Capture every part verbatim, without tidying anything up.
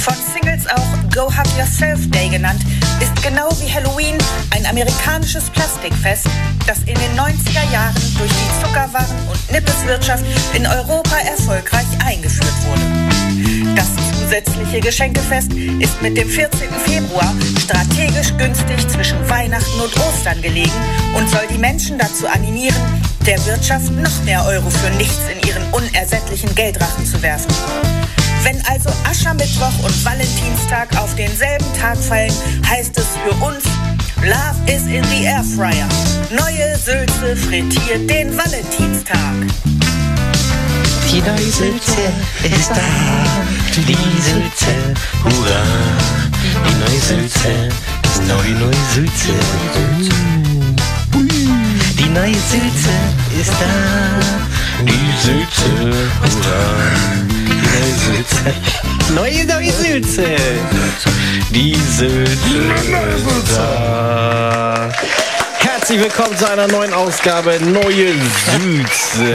von Singles auch Go Hug Yourself Day genannt, ist genau wie Halloween ein amerikanisches Plastikfest, das in den neunziger Jahren durch die Zuckerwaren- und Nippeswirtschaft in Europa erfolgreich eingeführt wurde. Das zusätzliche Geschenkefest ist mit dem vierzehnten Februar strategisch günstig zwischen Weihnachten und Ostern gelegen und soll die Menschen dazu animieren, der Wirtschaft noch mehr Euro für nichts in ihren unersättlichen Geldrachen zu werfen. Wenn also Aschermittwoch und Valentinstag auf denselben Tag fallen, heißt es für uns, Love is in the Airfryer. Neue Sülze frittiert den Valentinstag. Die neue Sülze ist da, die Sülze, hurra. Die neue Sülze ist da, die neue Sülze. Die neue Sülze ist da, die Sülze, hurra. Die neue Sülze, neue, neue Sülze, die Sülze ist da. Herzlich willkommen zu einer neuen Ausgabe Neue Sülze.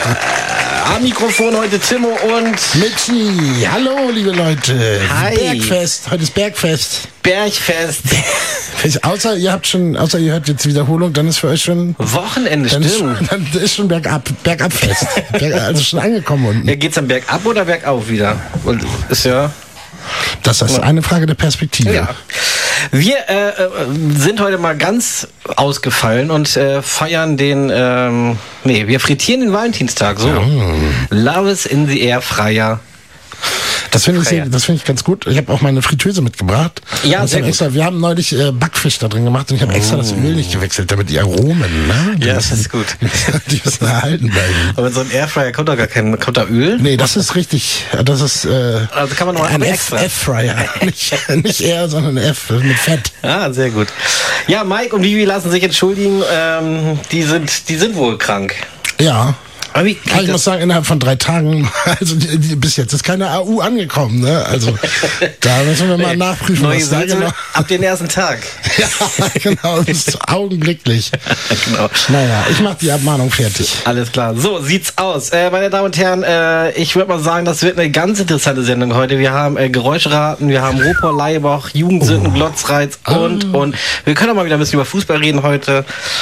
Am Mikrofon heute Timo und Michi. Hallo, liebe Leute. Hi. Bergfest. Heute ist Bergfest. Bergfest. Außer ihr habt schon, außer ihr hört jetzt Wiederholung, dann ist für euch schon Wochenende, dann stimmt. Ist, dann ist schon bergab, bergabfest. Berg, also schon angekommen unten. Ja, geht's dann bergab oder bergauf wieder? Und ist ja. Das ist eine Frage der Perspektive. Ja. Wir äh, sind heute mal ganz ausgefallen und äh, feiern den, ähm, nee, wir frittieren den Valentinstag. So. Mm. Love is in the Air Fryer. Das finde ich, sehr, das finde ich ganz gut. Ich habe auch meine Fritteuse mitgebracht. Ja, sehr gut. Extra, wir haben neulich äh, Backfisch da drin gemacht und ich habe mm. extra das Öl nicht gewechselt, damit die Aromen, ne? Die ja, müssen, das ist gut. Die müssen erhalten bleiben. Aber in so einem Airfryer kommt da gar kein, kommt da Öl? Nee, das ist richtig. Das ist äh, also kann man noch ein extra. F-Fryer. nicht, nicht R, sondern F mit Fett. Ah, sehr gut. Ja, Mike und Vivi lassen sich entschuldigen. Ähm, die sind, die sind wohl krank. Ja. Aber wie, Aber ich muss sagen, innerhalb von drei Tagen, also die, die, bis jetzt ist keine A U angekommen, ne? Also da müssen wir mal nachprüfen, Neue was da genau. Ab den ersten Tag. Ja, genau, das ist augenblicklich. Genau. Naja, ich mache die Abmahnung fertig. Alles klar, so sieht's aus. Äh, meine Damen und Herren, äh, ich würde mal sagen, das wird eine ganz interessante Sendung heute. Wir haben äh, Geräuschraten, wir haben Ruhr Leibach, Jugendsünden, oh. Glotzreiz und, oh. und wir können auch mal wieder ein bisschen über Fußball reden heute.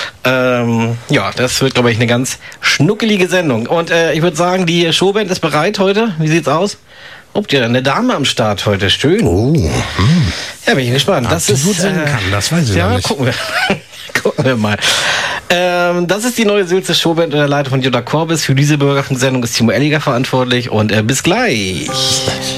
Ähm, ja, das wird, glaube ich, eine ganz schnuckelige Sendung. Und äh, ich würde sagen, die Showband ist bereit heute. Wie sieht's aus? Ob die eine Dame am Start heute? Schön. Oh. Hm. Ja, bin ich gespannt. Das ist gut singen äh, kann, das weiß ich ja nicht. Gucken wir. gucken wir mal. Ähm, das ist die neue Sülze Showband unter der Leitung von Jutta Korbis. Für diese Bürgerfunksendung ist Timo Elliger verantwortlich. Und äh, bis gleich. Bis gleich.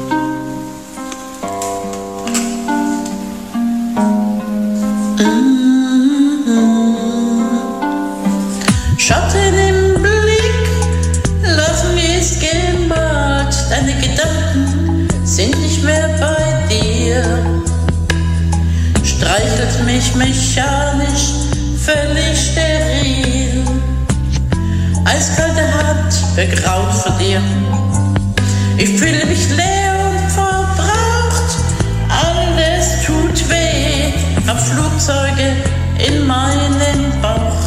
Deine Gedanken sind nicht mehr bei dir. Streichelt mich mechanisch, völlig steril. Eiskalte Hand, begraut von dir. Ich fühle mich leer und verbraucht. Alles tut weh. Hab Flugzeuge in meinem Bauch.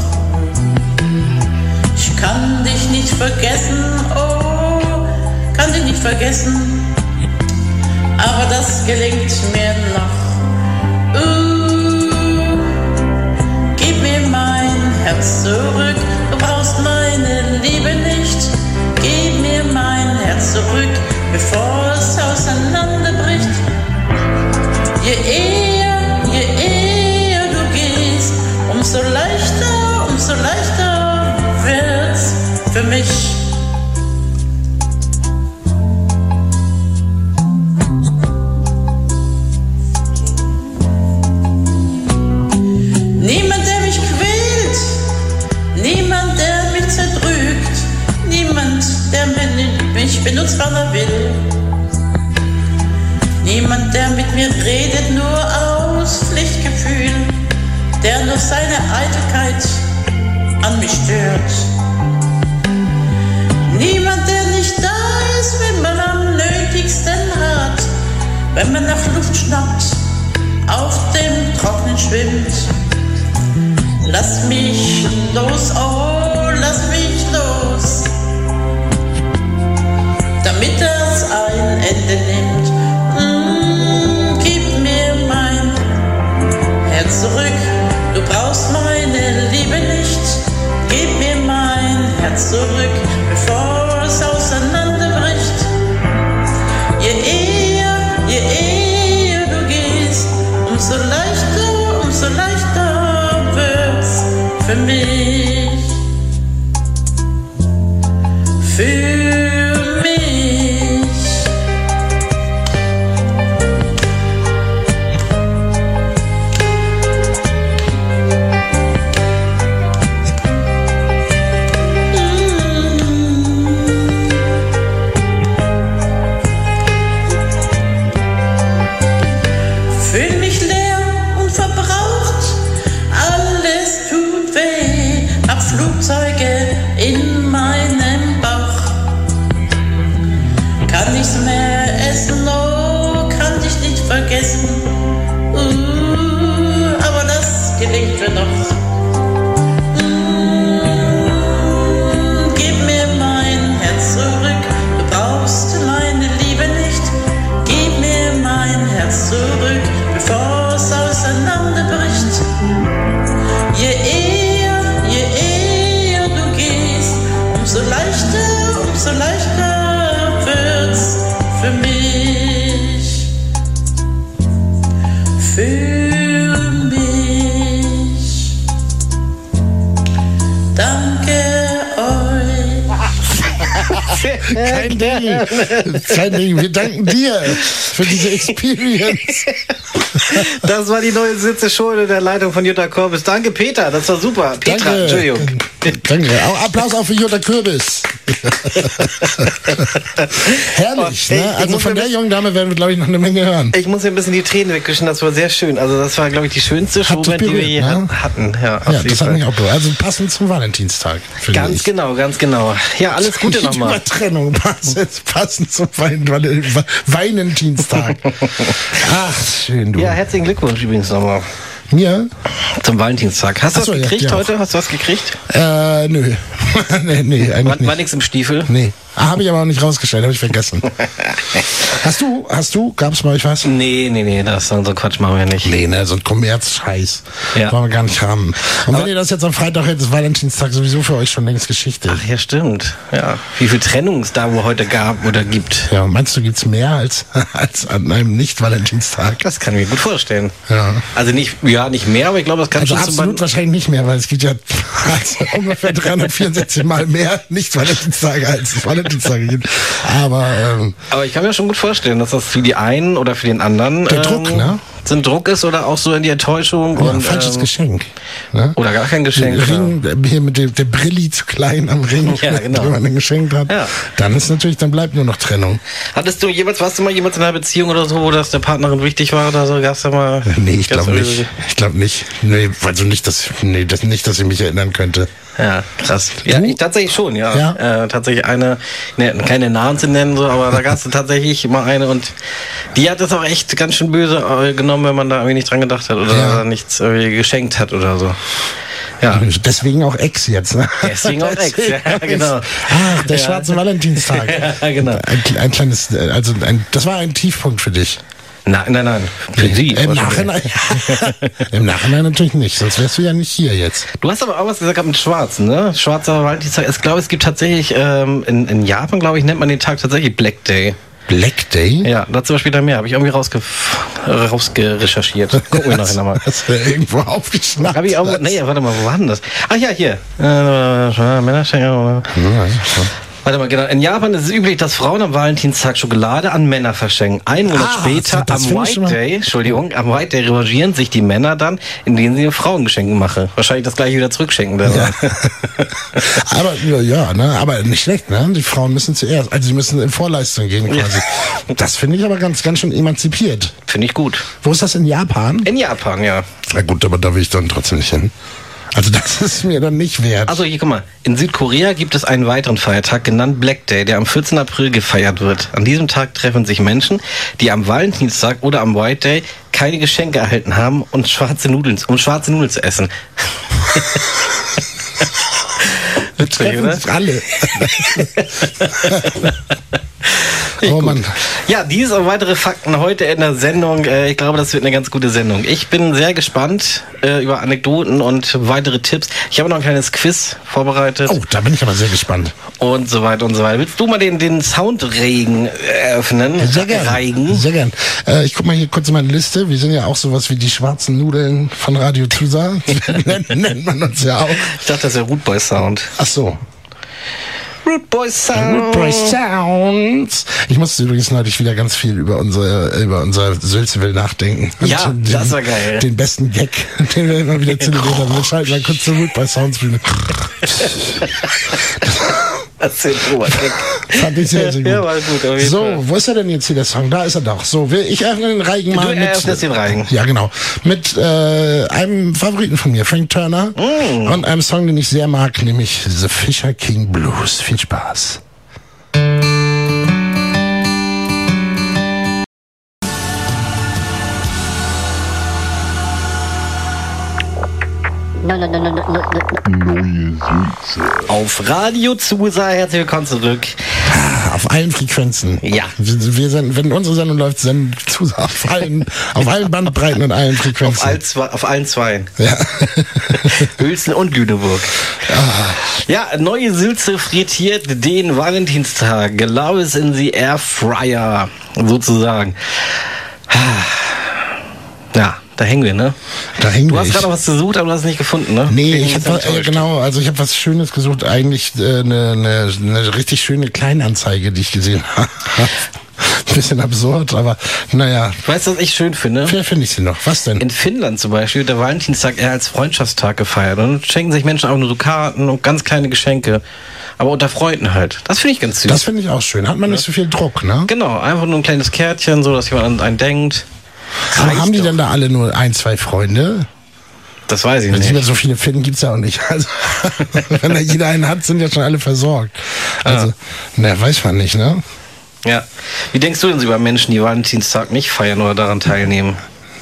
Ich kann dich nicht vergessen, oh. Kann dich nicht vergessen, aber das gelingt mir noch. Uh, gib mir mein Herz zurück, du brauchst meine Liebe nicht. Gib mir mein Herz zurück, bevor es auseinanderbricht. Je eher, je eher du gehst, umso leichter, umso leichter wird's für mich. Mich benutzt, wann er will. Niemand, der mit mir redet, nur aus Pflichtgefühl, der nur seine Eitelkeit an mich stört. Niemand, der nicht da ist, wenn man am nötigsten hat, wenn man nach Luft schnappt, auf dem Trocknen schwimmt. Lass mich los, oh, lass mich los, damit das ein Ende nimmt. zurück, bevor es auseinanderbricht. Je eher, je eher du gehst, umso leichter, umso leichter wird's für mich. Für mich. Fühl mich leer und verbraucht, alles tut weh, hab Flugzeuge in meinem Bauch. Kann nichts mehr essen, oh, kann dich nicht vergessen, uh, aber das gelingt mir noch. Mm, gib mir mein Herz zurück, du brauchst meine Liebe nicht. Gib mir mein Herz zurück, bevor es auseinanderbricht. Je eher, je eher du gehst, umso leichter, umso leichter wird's für mich. Für mich. Danke euch. Kein Ding. Kein Ding. Wir danken dir für diese Experience. Das war die neue Sitze schon in der Leitung von Jutta Kürbis. Danke, Peter, das war super. Petra, Danke. Entschuldigung. Danke. Auch Applaus auch für Jutta Kürbis. Herrlich, Oh, ey, ne? ich Also muss von mir der das- jungen Dame werden wir, glaube ich, noch eine Menge hören. Ich muss hier ein bisschen die Tränen wegwischen, das war sehr schön. Also das war, glaube ich, die schönste Hat dich Showband, die wir berührt, je ne? hatten. Ja, auf Ja, jeden das hat Fall. mich auch berührt. Also passend zum Valentinstag, finde Ganz ich. genau, ganz genau. Ja, alles Gute Nicht nochmal. Übertrennung, passend, passend zum Wein, Wein, Valentinstag. Ach, schön, du. Ja, herzlichen Glückwunsch übrigens nochmal Mir? zum Valentinstag. Hast du Ach so, was ja, gekriegt dir auch. heute? Hast du was gekriegt? Äh, nö. nee, nee, eigentlich War, war nicht. nichts im Stiefel? Nee. Ah, habe ich aber auch nicht rausgestellt, habe ich vergessen. Hast du, hast du, gab's bei euch was? Nee, nee, nee, das so ein Quatsch machen wir nicht. Nee, ne, so ein Kommerzscheiß. Ja. Wollen wir gar nicht haben. Und Aber- wenn ihr das jetzt am Freitag hört, ist Valentinstag sowieso für euch schon längst Geschichte. Ach ja, stimmt. Ja. Wie viel Trennung es da wohl heute gab oder gibt. Ja, meinst du, gibt's mehr als, als an einem Nicht-Valentinstag? Das kann ich mir gut vorstellen. Ja. Also nicht, ja, nicht mehr, aber ich glaube, das kann Also schon zum absolut wahrscheinlich nicht mehr, weil es gibt ja also ungefähr dreihundertvierundsechzig Mal mehr Nicht-Valentinstage als es Valentinstage gibt. Aber ähm, Aber ich kann mir schon gut vorstellen, dass das für die einen oder für den anderen Der Druck, ne? so ein Druck ist oder auch so in die Enttäuschung. ja, und, falsches ähm, Geschenk. Ne? Oder gar kein Geschenk. Der Oder? Ring, der- hier mit dem der Brilli zu klein am Ring, Ja, genau. den man dann geschenkt hat. Ja. Dann ist natürlich, dann bleibt nur noch Trennung. Hattest du jemals, warst du mal jemals in einer Beziehung oder so, wo das der Partnerin wichtig war oder so? Gab's da mal? Nee, ich gab's glaube da- nicht. Ich glaube nicht. Nee, also nicht, dass nee, das nicht, dass ich mich erinnern könnte. Ja, krass. Ja, Du? ich, tatsächlich schon, ja. Ja? Äh, tatsächlich eine, ne, keine Namen zu nennen, so, aber da gab es tatsächlich mal eine und die hat es auch echt ganz schön böse äh, genommen, wenn man da irgendwie nicht dran gedacht hat oder Ja. nichts irgendwie geschenkt hat oder so. Ja. Deswegen auch Ex jetzt, ne? Deswegen auch Ex, ja, genau. Ah, der Ja. schwarze Valentinstag. Ja, genau. Ein, ein kleines, äh, also ein, das war ein Tiefpunkt für dich. Nein, nein, nein. Für sie. Im wahrscheinlich. Nachhinein. Im Nachhinein natürlich nicht, sonst wärst du ja nicht hier jetzt. Du hast aber auch was gesagt gehabt mit Schwarzen, ne? Schwarzer Valentinstag. Ich glaube, es gibt tatsächlich, ähm, in, in Japan, glaube ich, nennt man den Tag tatsächlich Black Day. Black Day? Ja, dazu später mehr. Habe ich irgendwie rausge rausgerecherchiert. Gucken wir nachher nochmal. Hast du irgendwo aufgeschnappt? Habe ich auch, nee, warte mal, wo war denn das? Ach ja, hier. Äh, Männerschenken. Ja, Warte mal, genau. In Japan ist es üblich, dass Frauen am Valentinstag Schokolade an Männer verschenken. Einen Monat Ah, später, das am finde ich White schon mal- Day, Entschuldigung, am White Day revanchieren sich die Männer dann, indem sie Frauen Geschenke machen. Wahrscheinlich das gleiche wieder zurückschenken. Dann. Ja. aber ja, ja, ne, aber nicht schlecht, ne? Die Frauen müssen zuerst, also sie müssen in Vorleistung gehen quasi. Das finde ich aber ganz, ganz schön emanzipiert. Finde ich gut. Wo ist das in Japan? In Japan, ja. Na gut, aber da will ich dann trotzdem nicht hin. Also das ist mir dann nicht wert. Also hier, guck mal. In Südkorea gibt es einen weiteren Feiertag, genannt Black Day, der am vierzehnten April gefeiert wird. An diesem Tag treffen sich Menschen, die am Valentinstag oder am White Day keine Geschenke erhalten haben und schwarze Nudeln, um schwarze Nudeln zu essen. Witzig, treffen oder? sich alle. Oh Mann. Ja, dies und weitere Fakten heute in der Sendung. Ich glaube, das wird eine ganz gute Sendung. Ich bin sehr gespannt äh, über Anekdoten und weitere Tipps. Ich habe noch ein kleines Quiz vorbereitet. Oh, da bin ich aber sehr gespannt. Und so weiter und so weiter. Willst du mal den, den Soundregen eröffnen? Sehr gern. Reigen? Sehr gern. Äh, ich guck mal hier kurz in meine Liste. Wir sind ja auch sowas wie die schwarzen Nudeln von Radio Tusa. nennt, nennt man uns ja auch. Ich dachte, das wäre Root Boy Sound. Ach so. Root Boy Sound. Root Boy Sounds. Ich musste übrigens neulich wieder ganz viel über unsere, über unser Sülzewil nachdenken. Ja, den, das war geil. Den besten Gag, den wir immer wieder zelebriert haben. Wir schalten mal kurz zur Root Boy Sounds Bühne. Das ist Robert Gag. Fand ich sehr, sehr gut. Ja, war gut, auf jeden so, Fall. wo ist er denn jetzt hier, der Song? Da ist er doch. So, wir- ich öffne den Reigen mal Du mit... eröffnest den Reigen. Ja, genau. Mit äh, einem Favoriten von mir, Frank Turner. Mm. Und einem Song, den ich sehr mag, nämlich The Fisher King Blues. Viel Spaß. No, no, no, no, no, no, no. Auf Radio Zusa, herzlich willkommen zurück. Auf allen Frequenzen. Ja. Wir, wir sind, wenn unsere Sendung läuft, senden zu auf allen, auf allen Bandbreiten und allen Frequenzen. Auf, all zwei, auf allen Zweien. Ja. Uelzen und Lüneburg. Ja, neue Sülze frittiert den Valentinstag. Glaubes in the Air Fryer, sozusagen. Ja, da hängen wir, ne? Da hängen Du wir. hast Ich- gerade noch was gesucht, aber du hast es nicht gefunden, ne? Nee, Bin ich jetzt habe äh, enttäuscht. genau, also ich habe was Schönes gesucht, eigentlich eine äh, ne, ne, ne richtig schöne Kleinanzeige, die ich gesehen habe. Ein bisschen absurd, aber naja, Weißt du, was ich schön finde? wer finde ich sie noch? Was denn? In Finnland zum Beispiel wird der Valentinstag eher als Freundschaftstag gefeiert und schenken sich Menschen auch nur so Karten und ganz kleine Geschenke. Aber unter Freunden halt. Das finde ich ganz süß. Das finde ich auch schön. Hat man nicht so viel Druck, ne? Genau, einfach nur ein kleines Kärtchen, so dass jemand an einen denkt. Aber Reicht haben die doch. denn da alle nur ein, zwei Freunde? Das weiß ich Nicht mehr nicht. so viele Finnen gibt's ja auch nicht. Also, wenn da jeder einen hat, sind ja schon alle versorgt. Also, Ah. na, weiß man nicht, ne? Ja. Wie denkst du denn so über Menschen, die Valentinstag nicht feiern oder daran teilnehmen?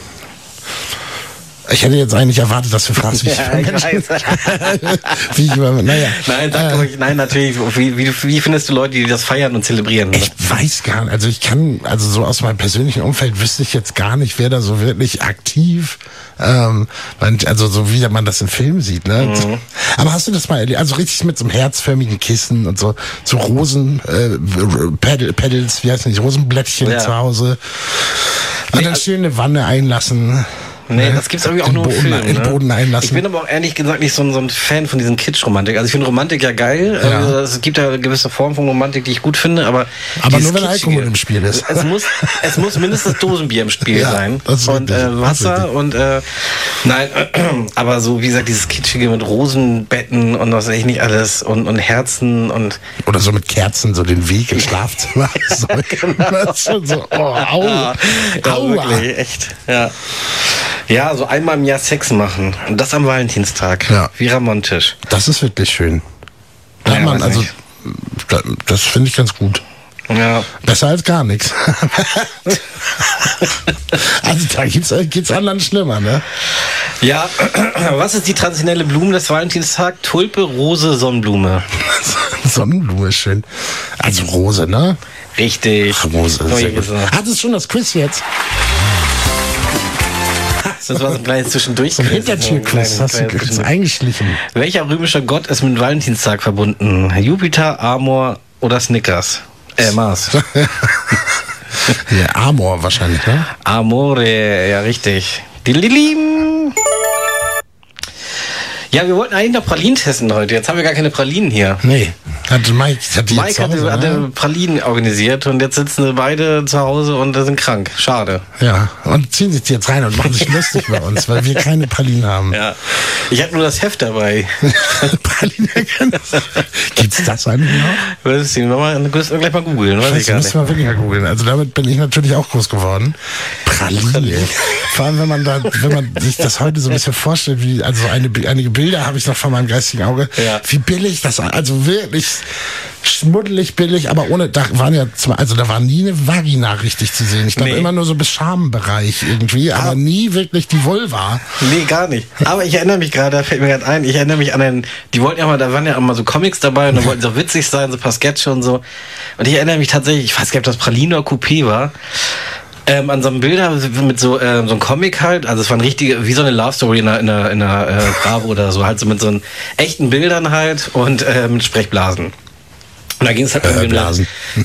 Ich hätte jetzt eigentlich erwartet, dass du fragst, wie ich, Ja, ich weiß. wie ich über, naja. Nein, sag Äh, ruhig, nein, natürlich. Wie, wie, wie findest du Leute, die das feiern und zelebrieren? Ich weiß gar nicht, also ich kann, also so aus meinem persönlichen Umfeld wüsste ich jetzt gar nicht, wer da so wirklich aktiv, ähm, man- also so wie man das in Filmen sieht, ne? Mhm. Aber hast du das mal erlebt? Also richtig mit so einem herzförmigen Kissen und so, so Rosen, äh, Pedal, Pedals, wie heißt das, Rosenblättchen Ja. zu Hause. Und Nee, dann also- schön eine Wanne einlassen. Nee, ne? das gibt's irgendwie auch In nur im Boden, Film. in ne? Boden einlassen. Ich bin aber auch ehrlich gesagt nicht so ein, so ein Fan von diesen Kitsch-Romantik. Also ich finde Romantik ja geil. Ja. Also es gibt ja eine gewisse Form von Romantik, die ich gut finde, aber Aber dieses nur, wenn Kitschige- Alkohol im Spiel ist. Es muss, es muss mindestens Dosenbier im Spiel Ja, sein. das ist Und richtig, äh, das ist Wasser richtig. und äh, nein, aber so wie gesagt, dieses Kitschige mit Rosenbetten und was weiß ich nicht alles und, und Herzen und Oder so mit Kerzen, so den Weg ins Schlafzimmer. so, das ist schon so, oh, au, ja, ja, aua. wirklich, echt. Ja. Ja, so einmal im Jahr Sex machen. Und das am Valentinstag. Ja. Wie romantisch. Das ist wirklich schön. Da Ja, man, weiß also, nicht. da, das finde ich ganz gut. Ja. Besser als gar nichts. Also da gibt's, geht's anderen schlimmer, ne? Ja, was ist die traditionelle Blume des Valentinstag? Tulpe, Rose, Sonnenblume. Sonnenblume ist schön. Also Rose, ne? Richtig. Ach, Rose, Hab sehr ich gut. gesagt. Hat es schon das Quiz jetzt? Das war so ein kleines Zwischendurch. So ein Hintertürquiz hast du Kleines jetzt eingeschlichen. Welcher römischer Gott ist mit Valentinstag verbunden? Jupiter, Amor oder Snickers? Äh, Mars. Ja, Amor wahrscheinlich, ne? Amore, ja richtig. Dililim. Ja, wir wollten eigentlich noch Pralinen testen heute. Jetzt haben wir gar keine Pralinen hier. Nee. Hatte Mike, hatte Mike jetzt zu hatte, Hause, hatte ne? Pralinen organisiert und jetzt sitzen sie beide zu Hause und sind krank. Schade. Ja, und ziehen sich jetzt rein und machen sich lustig über uns, weil wir keine Pralinen haben. Ja. Ich hatte nur das Heft dabei. Praline Gibt's das eigentlich noch? Weiß ich nicht. Mal, müssen wir gleich mal googeln. Weiß ich Das gar müssen nicht. wir wirklich mal googeln. Also damit bin ich natürlich auch groß geworden. Praline. Vor allem, wenn man da, wenn man sich das heute so ein bisschen vorstellt, wie also eine, eine Bilder habe ich noch vor meinem geistigen Auge. Ja. Wie billig das, also wirklich schmuddelig billig, aber ohne, da waren ja zwei, also da war nie eine Vagina richtig zu sehen. Ich glaube Nee. immer nur so bis Schambereich irgendwie, aber nie wirklich die Vulva. Nee, gar nicht. Aber ich erinnere mich gerade, da fällt mir gerade ein, ich erinnere mich an den, die wollten ja mal, da waren ja auch mal so Comics dabei und dann wollten sie auch witzig sein, so ein paar Sketche und so. Und ich erinnere mich tatsächlich, ich weiß gar nicht, ob das Pralino oder Coupé war, ähm, an so einem Bilder mit so, ähm, so einem Comic halt, also es war ein richtige, wie so eine Love Story in einer, in einer, in einer äh, Bravo oder so, halt so mit so einen echten Bildern halt und äh, mit Sprechblasen. Und da ging es halt irgendwie um Blasen.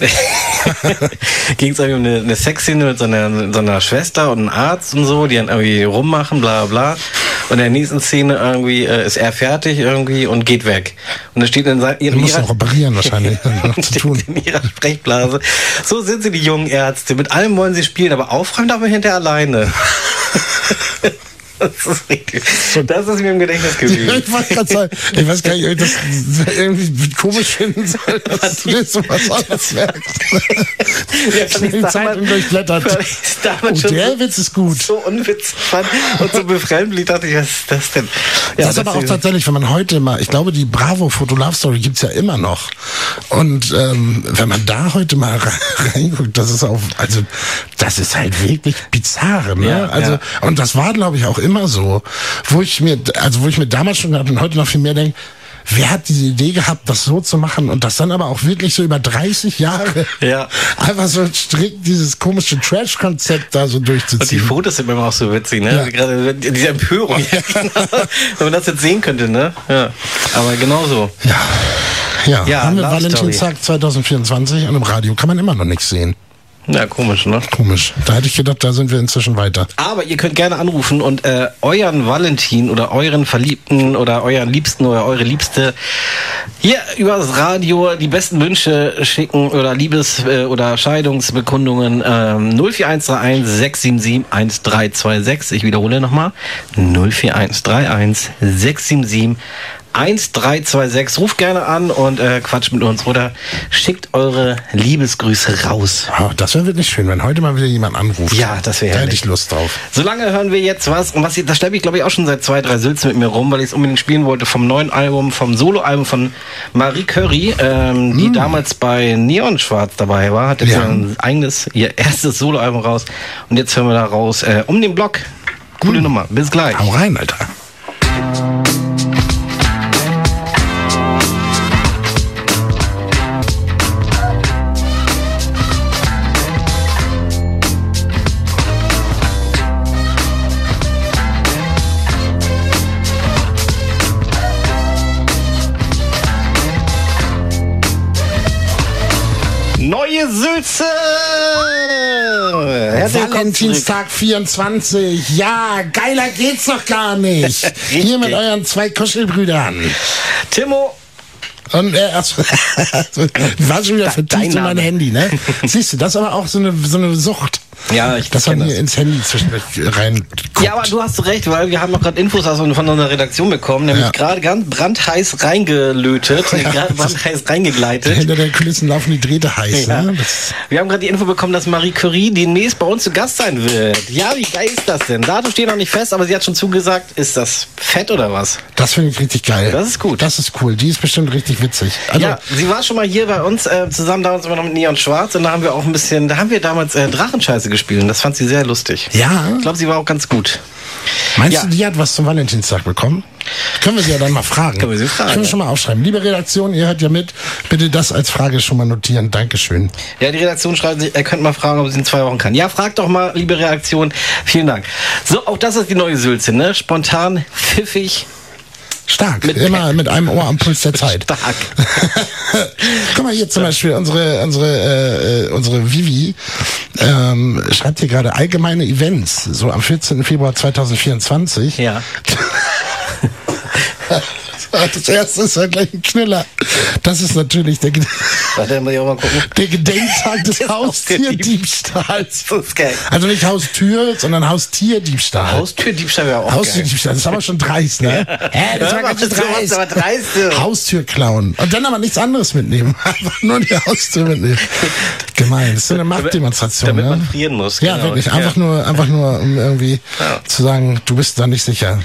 ging es irgendwie um eine, eine Sexszene mit so einer, so einer Schwester und einem Arzt und so, die dann irgendwie rummachen, bla bla. Und in der nächsten Szene irgendwie äh, ist er fertig irgendwie und geht weg. Und da steht in, sein, in Du musst ihrer noch operieren wahrscheinlich. noch zu steht tun. in ihrer Sprechblase. So sind sie, die jungen Ärzte. Mit allem wollen sie spielen, aber aufräumen darf man hinterher alleine. Das ist richtig. Das ist mir im Gedächtnis geblieben. Ich, wollte grad sagen, ich weiß gar nicht, ob ich das irgendwie komisch finden soll, dass du dir sowas anderes merkst. Ja, fand ich Die damals- Zeitung durchblättert. fand ich damals Oh, schon der so- Witz ist gut. So unwitzig fand und so befremdlich, dachte ich, was ist das denn? Ja, das ist aber auch tatsächlich, wenn man heute mal, ich glaube, die Bravo Foto Love Story gibt's ja immer noch. Und ähm, wenn man da heute mal reinguckt, das ist auch, also das ist halt wirklich bizarr, ne? Ja, also ja. und das war, glaube ich, auch immer so, wo ich mir, also wo ich mir damals schon gehabt und heute noch viel mehr denke. Wer hat diese Idee gehabt, das so zu machen und das dann aber auch wirklich so über dreißig Jahre Ja. einfach so strikt dieses komische Trash-Konzept da so Und die durchzuziehen? Fotos sind immer auch so witzig, ne? Ja. Gerade diese Empörung. Wenn man das jetzt sehen könnte, ne? Ja. Aber genau so. Ja, ja, Ja, haben wir Love Valentinstag zwanzig vierundzwanzig und im Radio kann man immer noch nichts sehen. Ja, komisch, ne? Komisch. Da hätte ich gedacht, da sind wir inzwischen weiter. Aber ihr könnt gerne anrufen und äh, euren Valentin oder euren Verliebten oder euren Liebsten oder eure Liebste hier über das Radio die besten Wünsche schicken oder Liebes- äh, oder Scheidungsbekundungen ähm, null vier eins drei eins sechs sieben sieben eins drei zwei sechs. Ich wiederhole nochmal null vier eins drei eins sechs sieben sieben eins drei zwei sechs. Ruft gerne an und äh, quatscht mit uns oder schickt eure Liebesgrüße raus. Oh, das wäre wirklich schön, wenn heute mal wieder jemand anruft. Ja, das wäre Da hätte herrlich. ich Lust drauf. Solange hören wir jetzt was, und was ich, das schleppe ich glaube ich auch schon seit zwei, drei Sülzen mit mir rum, weil ich es unbedingt spielen wollte vom neuen Album, vom Soloalbum von Marie Curie, ähm, die damals bei Neon Schwarz dabei war, hat jetzt Ja. ein eigenes, ihr erstes Soloalbum raus und jetzt hören wir da raus, äh, um den Block. Coole Nummer, bis gleich. Hau rein, Alter. Neue Sülze! Herzlich willkommen Valentinstag vierundzwanzig. Ja, geiler geht's doch gar nicht. Hier mit euren zwei Kuschelbrüdern. zurück. Timo, Und äh, erst, war schon wieder Da- vertieft dein in mein Name. Handy, ne? Siehst du, das ist aber auch so eine, so eine Sucht. Ja, ich Dass man kenn hier das. ins Handy zwischendurch rein guckt. Ja, aber du hast recht, weil wir haben noch gerade Infos aus- von unserer Redaktion bekommen, nämlich Ja. gerade ganz brandheiß reingelötet, Ja, gerade das- brandheiß reingegleitet. Hinter den Kulissen laufen die Drähte heiß. Ja. Ne? Das, Wir haben gerade die Info bekommen, dass Marie Curie demnächst bei uns zu Gast sein wird. Ja, wie geil ist das denn? Datum steht noch nicht fest, aber sie hat schon zugesagt. Ist das fett oder was? das finde ich richtig geil. Das ist gut. Das ist cool. Die ist bestimmt richtig witzig. Also, Ja, sie war schon mal hier bei uns, äh, zusammen damals immer noch mit Neon Schwarz und da haben wir auch ein bisschen, da haben wir damals äh, Drachenscheiße gespielt und das fand sie sehr lustig. Ja? Ich glaube, sie war auch ganz gut. Meinst Ja. du, die hat was zum Valentinstag bekommen? Können wir sie ja dann mal fragen. Können wir sie fragen, Können wir ja. schon mal aufschreiben. Liebe Redaktion, ihr hört ja mit. Bitte das als Frage schon mal notieren. Dankeschön. Ja, die Redaktion schreibt sich, er könnte mal fragen, ob sie in zwei Wochen kann. Ja, fragt doch mal, liebe Redaktion. Vielen Dank. So, auch das ist die neue Sülze, ne? Spontan, pfiffig, Stark. Mit- Immer mit einem Ohr am Puls der Zeit. stark. Guck mal hier zum Beispiel unsere unsere äh, äh, unsere Vivi ähm, schreibt hier gerade allgemeine Events so am vierzehnten Februar zweitausendvierundzwanzig. Ja. Das erste ist ja gleich ein Knüller. Das ist natürlich der, Ged- Warte, muss ich auch mal gucken. der Gedenktag des Das Haustierdiebstahls. Das ist geil. Also nicht Haustür, sondern Haustierdiebstahl. Haustürdiebstahl wäre auch geil. Haustürdiebstahl, das ist aber schon dreist, ne? Hä, das war Ja, ganz schön das ist dreist. aber dreist. Haustür klauen. Und dann aber nichts anderes mitnehmen. Einfach nur die Haustür mitnehmen. Gemein. Das ist eine Machtdemonstration. Damit ne? man frieren muss. Ja, genau. wirklich. Einfach, ja. Nur, einfach nur, um irgendwie ja. zu sagen, du bist da nicht sicher.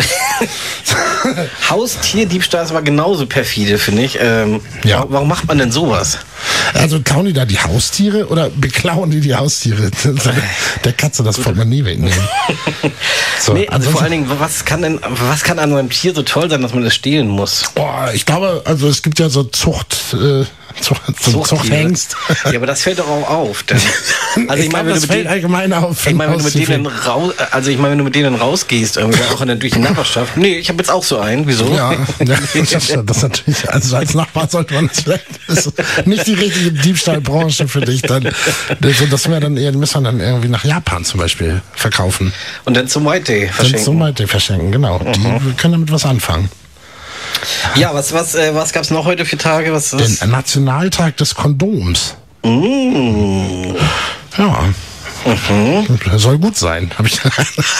Haustierdiebstahl ist aber genauso perfide, finde ich. Ähm, ja. Warum macht man denn sowas? Also klauen die da die Haustiere oder beklauen die die Haustiere? Der Katze das Portemonnaie wegnehmen. So, nee, also vor allen Dingen, was kann denn, was kann an einem Tier so toll sein, dass man es stehlen muss? Boah, ich glaube, also es gibt ja so Zucht, äh, Zucht, so Zuchthengst. Ja, aber das fällt doch auch auf. Denn, also ich, ich meine, wenn das du fällt mit allgemein auf. Ich meine, wenn du mit denen raus, also ich meine, wenn du mit denen rausgehst, irgendwie auch in, durch die Nachbarschaft. Nee, ich habe jetzt auch so einen. Wieso? Ja, ja das, das ist natürlich. Also als Nachbar sollte man das vielleicht. Das ist nicht die richtige Diebstahlbranche für dich. Dann, das wir dann eher, müssen wir dann irgendwie nach Japan zum Beispiel verkaufen. Und dann zum White Day verschenken. Dann zum White Day verschenken, genau. Mhm. Die können damit was anfangen. Ja, was, was, äh, was gab's noch heute für Tage? Was, was? Den Nationaltag des Kondoms. Mm. Ja. Mhm. Soll gut sein, habe ich,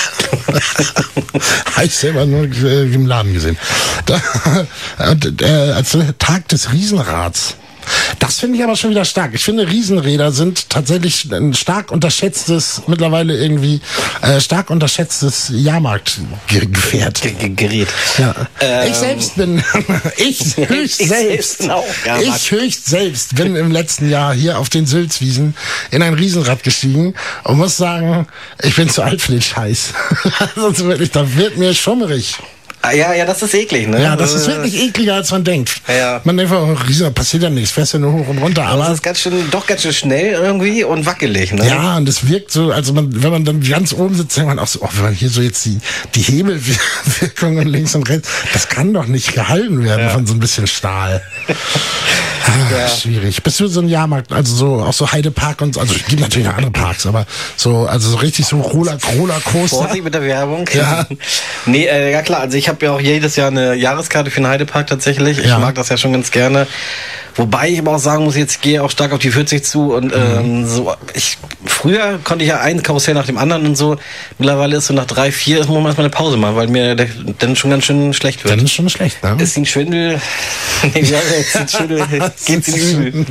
hab ich selber nur äh, im Laden gesehen. Da, äh, als Tag des Riesenrads. Das finde ich aber schon wieder stark. Ich finde, Riesenräder sind tatsächlich ein stark unterschätztes, mittlerweile irgendwie äh, stark unterschätztes Jahrmarktgefährt. Gerät. Ja. Ähm. Ich selbst bin, ich höchst selbst, ich höchst selbst bin im letzten Jahr hier auf den Sülzwiesen in ein Riesenrad gestiegen und muss sagen, ich bin zu alt für den Scheiß. Sonst wirklich, da wird mir schummerig. Ja, ja, das ist eklig, ne? Ja, das ist wirklich ekliger, als man denkt. Ja. Man denkt, oh, Riese, passiert ja nichts, fährst ja nur hoch und runter. Aber das ist ganz schön, doch ganz schön schnell irgendwie und wackelig, ne? Ja, und es wirkt so, also man, wenn man dann ganz oben sitzt, denkt man auch so, oh, wenn man hier so jetzt die, die Hebelwirkungen links und rechts, das kann doch nicht gehalten werden ja. von so ein bisschen Stahl. Ah, ja. Schwierig. Bist du so ein Jahrmarkt, also so, auch so Heidepark und so, also es gibt natürlich noch andere Parks, aber so, also so richtig so Roller, Rollercoaster. Vorsicht mit der Werbung. Ja. Nee, äh, ja klar, also ich habe ja auch jedes Jahr eine Jahreskarte für den Heidepark tatsächlich. Ich ja. mag das ja schon ganz gerne. Wobei ich aber auch sagen muss, jetzt gehe auch stark auf die vierzig zu und ähm, so. Ich früher konnte ich ja ein Karussell nach dem anderen und so. Mittlerweile ist so nach drei, vier ist man mal eine Pause machen, weil mir der, dann schon ganz schön schlecht wird. Dann ist schon schlecht, ne? Ist ein Schwindel. Nee, ja, ist ein Schwindel. Geht's in Übel.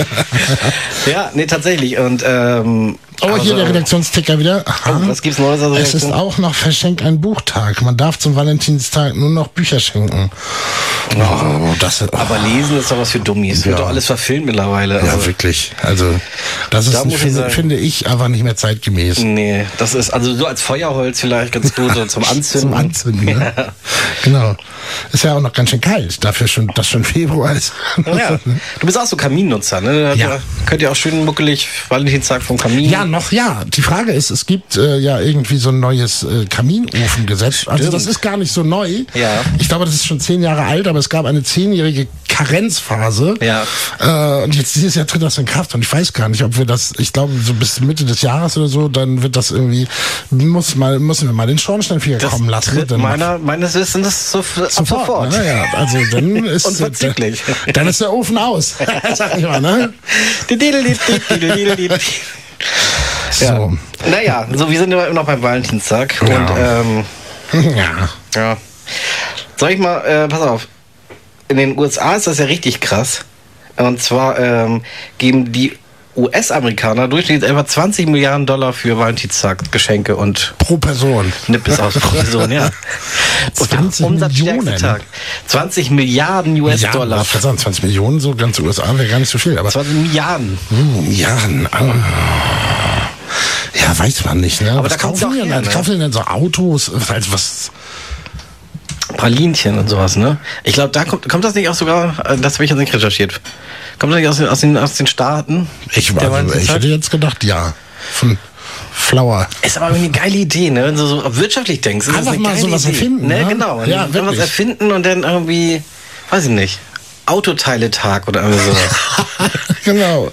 Ja, nee, tatsächlich. Und ähm, Oh, also, hier der Redaktionsticker wieder. Aha. Oh, was gibt's Neues? Also es ist auch noch Verschenk ein Buchtag. Man darf zum Valentinstag nur noch Bücher schenken. Oh, oh, das, oh. Aber lesen ist doch was für Dummies. Ja. Wird doch alles verfilmt mittlerweile. Ja, also. wirklich. Also, das ist, da ein, finde, finde ich, einfach nicht mehr zeitgemäß. Nee, das ist, also so als Feuerholz vielleicht ganz gut, so zum Anzünden. Zum Anzünden, ne? Ja. Genau. Ist ja auch noch ganz schön kalt. Dafür schon, das schon Februar ist. Ja. Du bist auch so Kaminnutzer, ne? Ja. Ja. Könnt ihr auch schön muckelig Valentinstag vom Kamin. Ja, noch, ja. Die Frage ist, es gibt äh, ja irgendwie so ein neues äh, Kaminofengesetz. Also Stimmt. das ist gar nicht so neu. Ja. Ich glaube, das ist schon zehn Jahre alt, aber es gab eine zehnjährige Karenzphase. Ja. Äh, und jetzt dieses Jahr tritt das in Kraft und ich weiß gar nicht, ob wir das, ich glaube, so bis Mitte des Jahres oder so, dann wird das irgendwie, muss mal, müssen wir mal den Schornsteinfeger das kommen lassen. Tritt dann meiner, meines Wissens so, sofort. sofort. Ja, ja, also dann ist, Unverzüglich. Dann, dann ist der Ofen aus. Sag ich mal, ne? Ja. So. Naja, so wir sind immer noch beim Valentinstag. Ja. Und ähm, Ja. ja. Soll ich mal, äh, pass auf, in den U S A ist das ja richtig krass. Und zwar ähm, geben die U S-Amerikaner durchschnittlich etwa zwanzig Milliarden Dollar für Valentinstag Geschenke und Pro Person. Nippes aus pro Person, ja. zwanzig Umsatzstärkste Millionen. Tag. zwanzig Milliarden U S-Dollar. Ja, ich kann sagen, zwanzig Millionen, so ganz U S A wäre gar nicht so viel, aber zwanzig Milliarden. Hm, Milliarden. Oh. Ja, weiß man nicht, ne? Aber was da kommt's kaufen auch die denn? her, ne? Kaufen die denn so Autos? Also was? Pralinchen und sowas, ne? Ich glaube, da kommt, kommt das nicht auch sogar, äh, das habe ich jetzt nicht recherchiert. Kommt das nicht aus den, aus den, aus den Staaten? Ich, Der also, ich Valentinstag? hätte jetzt gedacht, ja. Von Flower. Ist aber irgendwie eine geile Idee, ne? Wenn du so wirtschaftlich denkst. Ist Einfach das eine mal geile sowas Idee. erfinden, Ne, ne? genau. Ja, Dann was wirklich. erfinden und dann irgendwie, weiß ich nicht, Autoteile-Tag oder irgendwie sowas. Genau.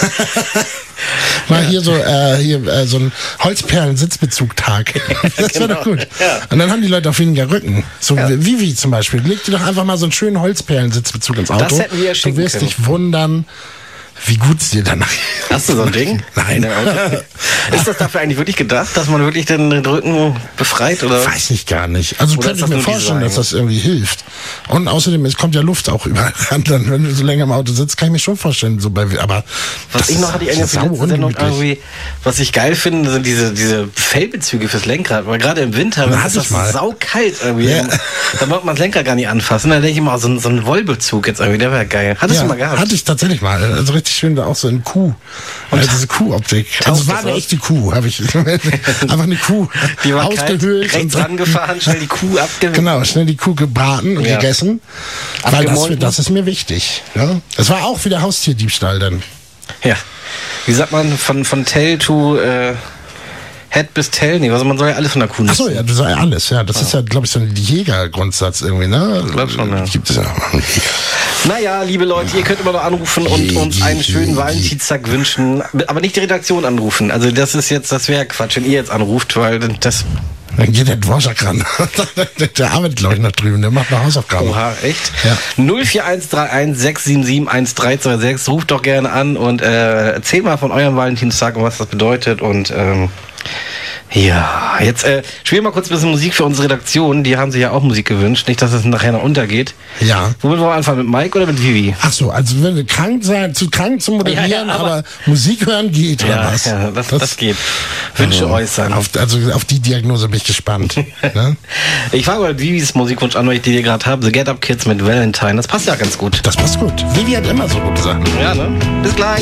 Mal hier so, äh, hier, äh, so ein Holzperlen-Sitzbezug-Tag. Das wäre Genau. doch gut. Ja. Und dann haben die Leute auch weniger Rücken. So Ja. wie Vivi zum Beispiel. Leg dir doch einfach mal so einen schönen Holzperlen-Sitzbezug ins Auto. Das hätten wir ja Du schicken wirst können. dich wundern, wie gut es dir danach Hast du so ein Ding? Nein. Okay. Ist das dafür eigentlich wirklich gedacht, dass man wirklich den Rücken befreit? Oder? Weiß ich gar nicht. Also Oder könnte ist ich das mir nur vorstellen, Design? dass das irgendwie hilft. Und außerdem, es kommt ja Luft auch überall ran. Dann, wenn du so länger im Auto sitzt, kann ich mir schon vorstellen. So bei, aber Was das ich noch hatte, ich ist eigentlich für die sau letzte Sendung ungemütlich. irgendwie, was ich geil finde, sind diese, diese Fellbezüge fürs Lenkrad. Weil gerade im Winter, Na, wenn hatte ist das ich mal. saukalt irgendwie. Ja. Da mag man das Lenkrad gar nicht anfassen. Da denke ich immer, so ein, so ein Wollbezug jetzt irgendwie, der wäre geil. Hattest Ja, du mal gehabt? hatte ich tatsächlich mal. Also richtig schön, da auch so in Kuh. Also diese Kuhoptik. Also es war das eine aus? echte Kuh, habe ich. Einfach eine Kuh Die war kalt, ausgehöhlt. rechts und- rangefahren, schnell die Kuh abgewickelt. Genau, schnell die Kuh gebraten und Ja. gegessen. Weil das, Abgemolken. das ist mir wichtig. Ja? Es war auch wieder Haustierdiebstahl dann. Ja. Wie sagt man, von, von Tell to äh, Head bis Tell? Nee, also man soll ja alles von der Kuh nutzen. Achso, ja, du sagst ja alles, ja. Das ist ja, glaube ich, so ein Jägergrundsatz irgendwie, ne? glaub schon, ja. Gibt es ja. Naja, liebe Leute, ihr könnt immer noch anrufen und uns einen schönen Valentinstag wünschen. Aber nicht die Redaktion anrufen. Also das ist jetzt, das wäre Quatsch, wenn ihr jetzt anruft, weil das... Dann geht der Dvorak ran. Der arbeitet, glaube ich, noch drüben. Der macht noch Hausaufgaben. Oha, echt? Ja. null vier eins drei eins sechs sieben sieben eins drei zwei sechs. Ruft doch gerne an und äh, erzählt mal von eurem Valentinstag und was das bedeutet. Und ähm, ja, jetzt äh, spielen wir mal kurz ein bisschen Musik für unsere Redaktion. Die haben sich ja auch Musik gewünscht. Nicht, dass es nachher noch untergeht. Ja. Womit wollen wir anfangen? Mit Mike oder mit Vivi? Ach so, also wenn du krank sein, zu krank zu moderieren, Ja, ja, aber- aber, Musik hören geht, oder Ja, was? ja das, das, geht. Wünsche also, äußern. Auf, also auf die Diagnose bin ich gespannt. Ne? Ich fange mal Vivis Musikwunsch an, weil ich die hier gerade habe. The Get Up Kids mit Valentine. Das passt ja ganz gut. Das passt gut. Vivi hat immer so gute Sachen. Ja, ne? Bis gleich.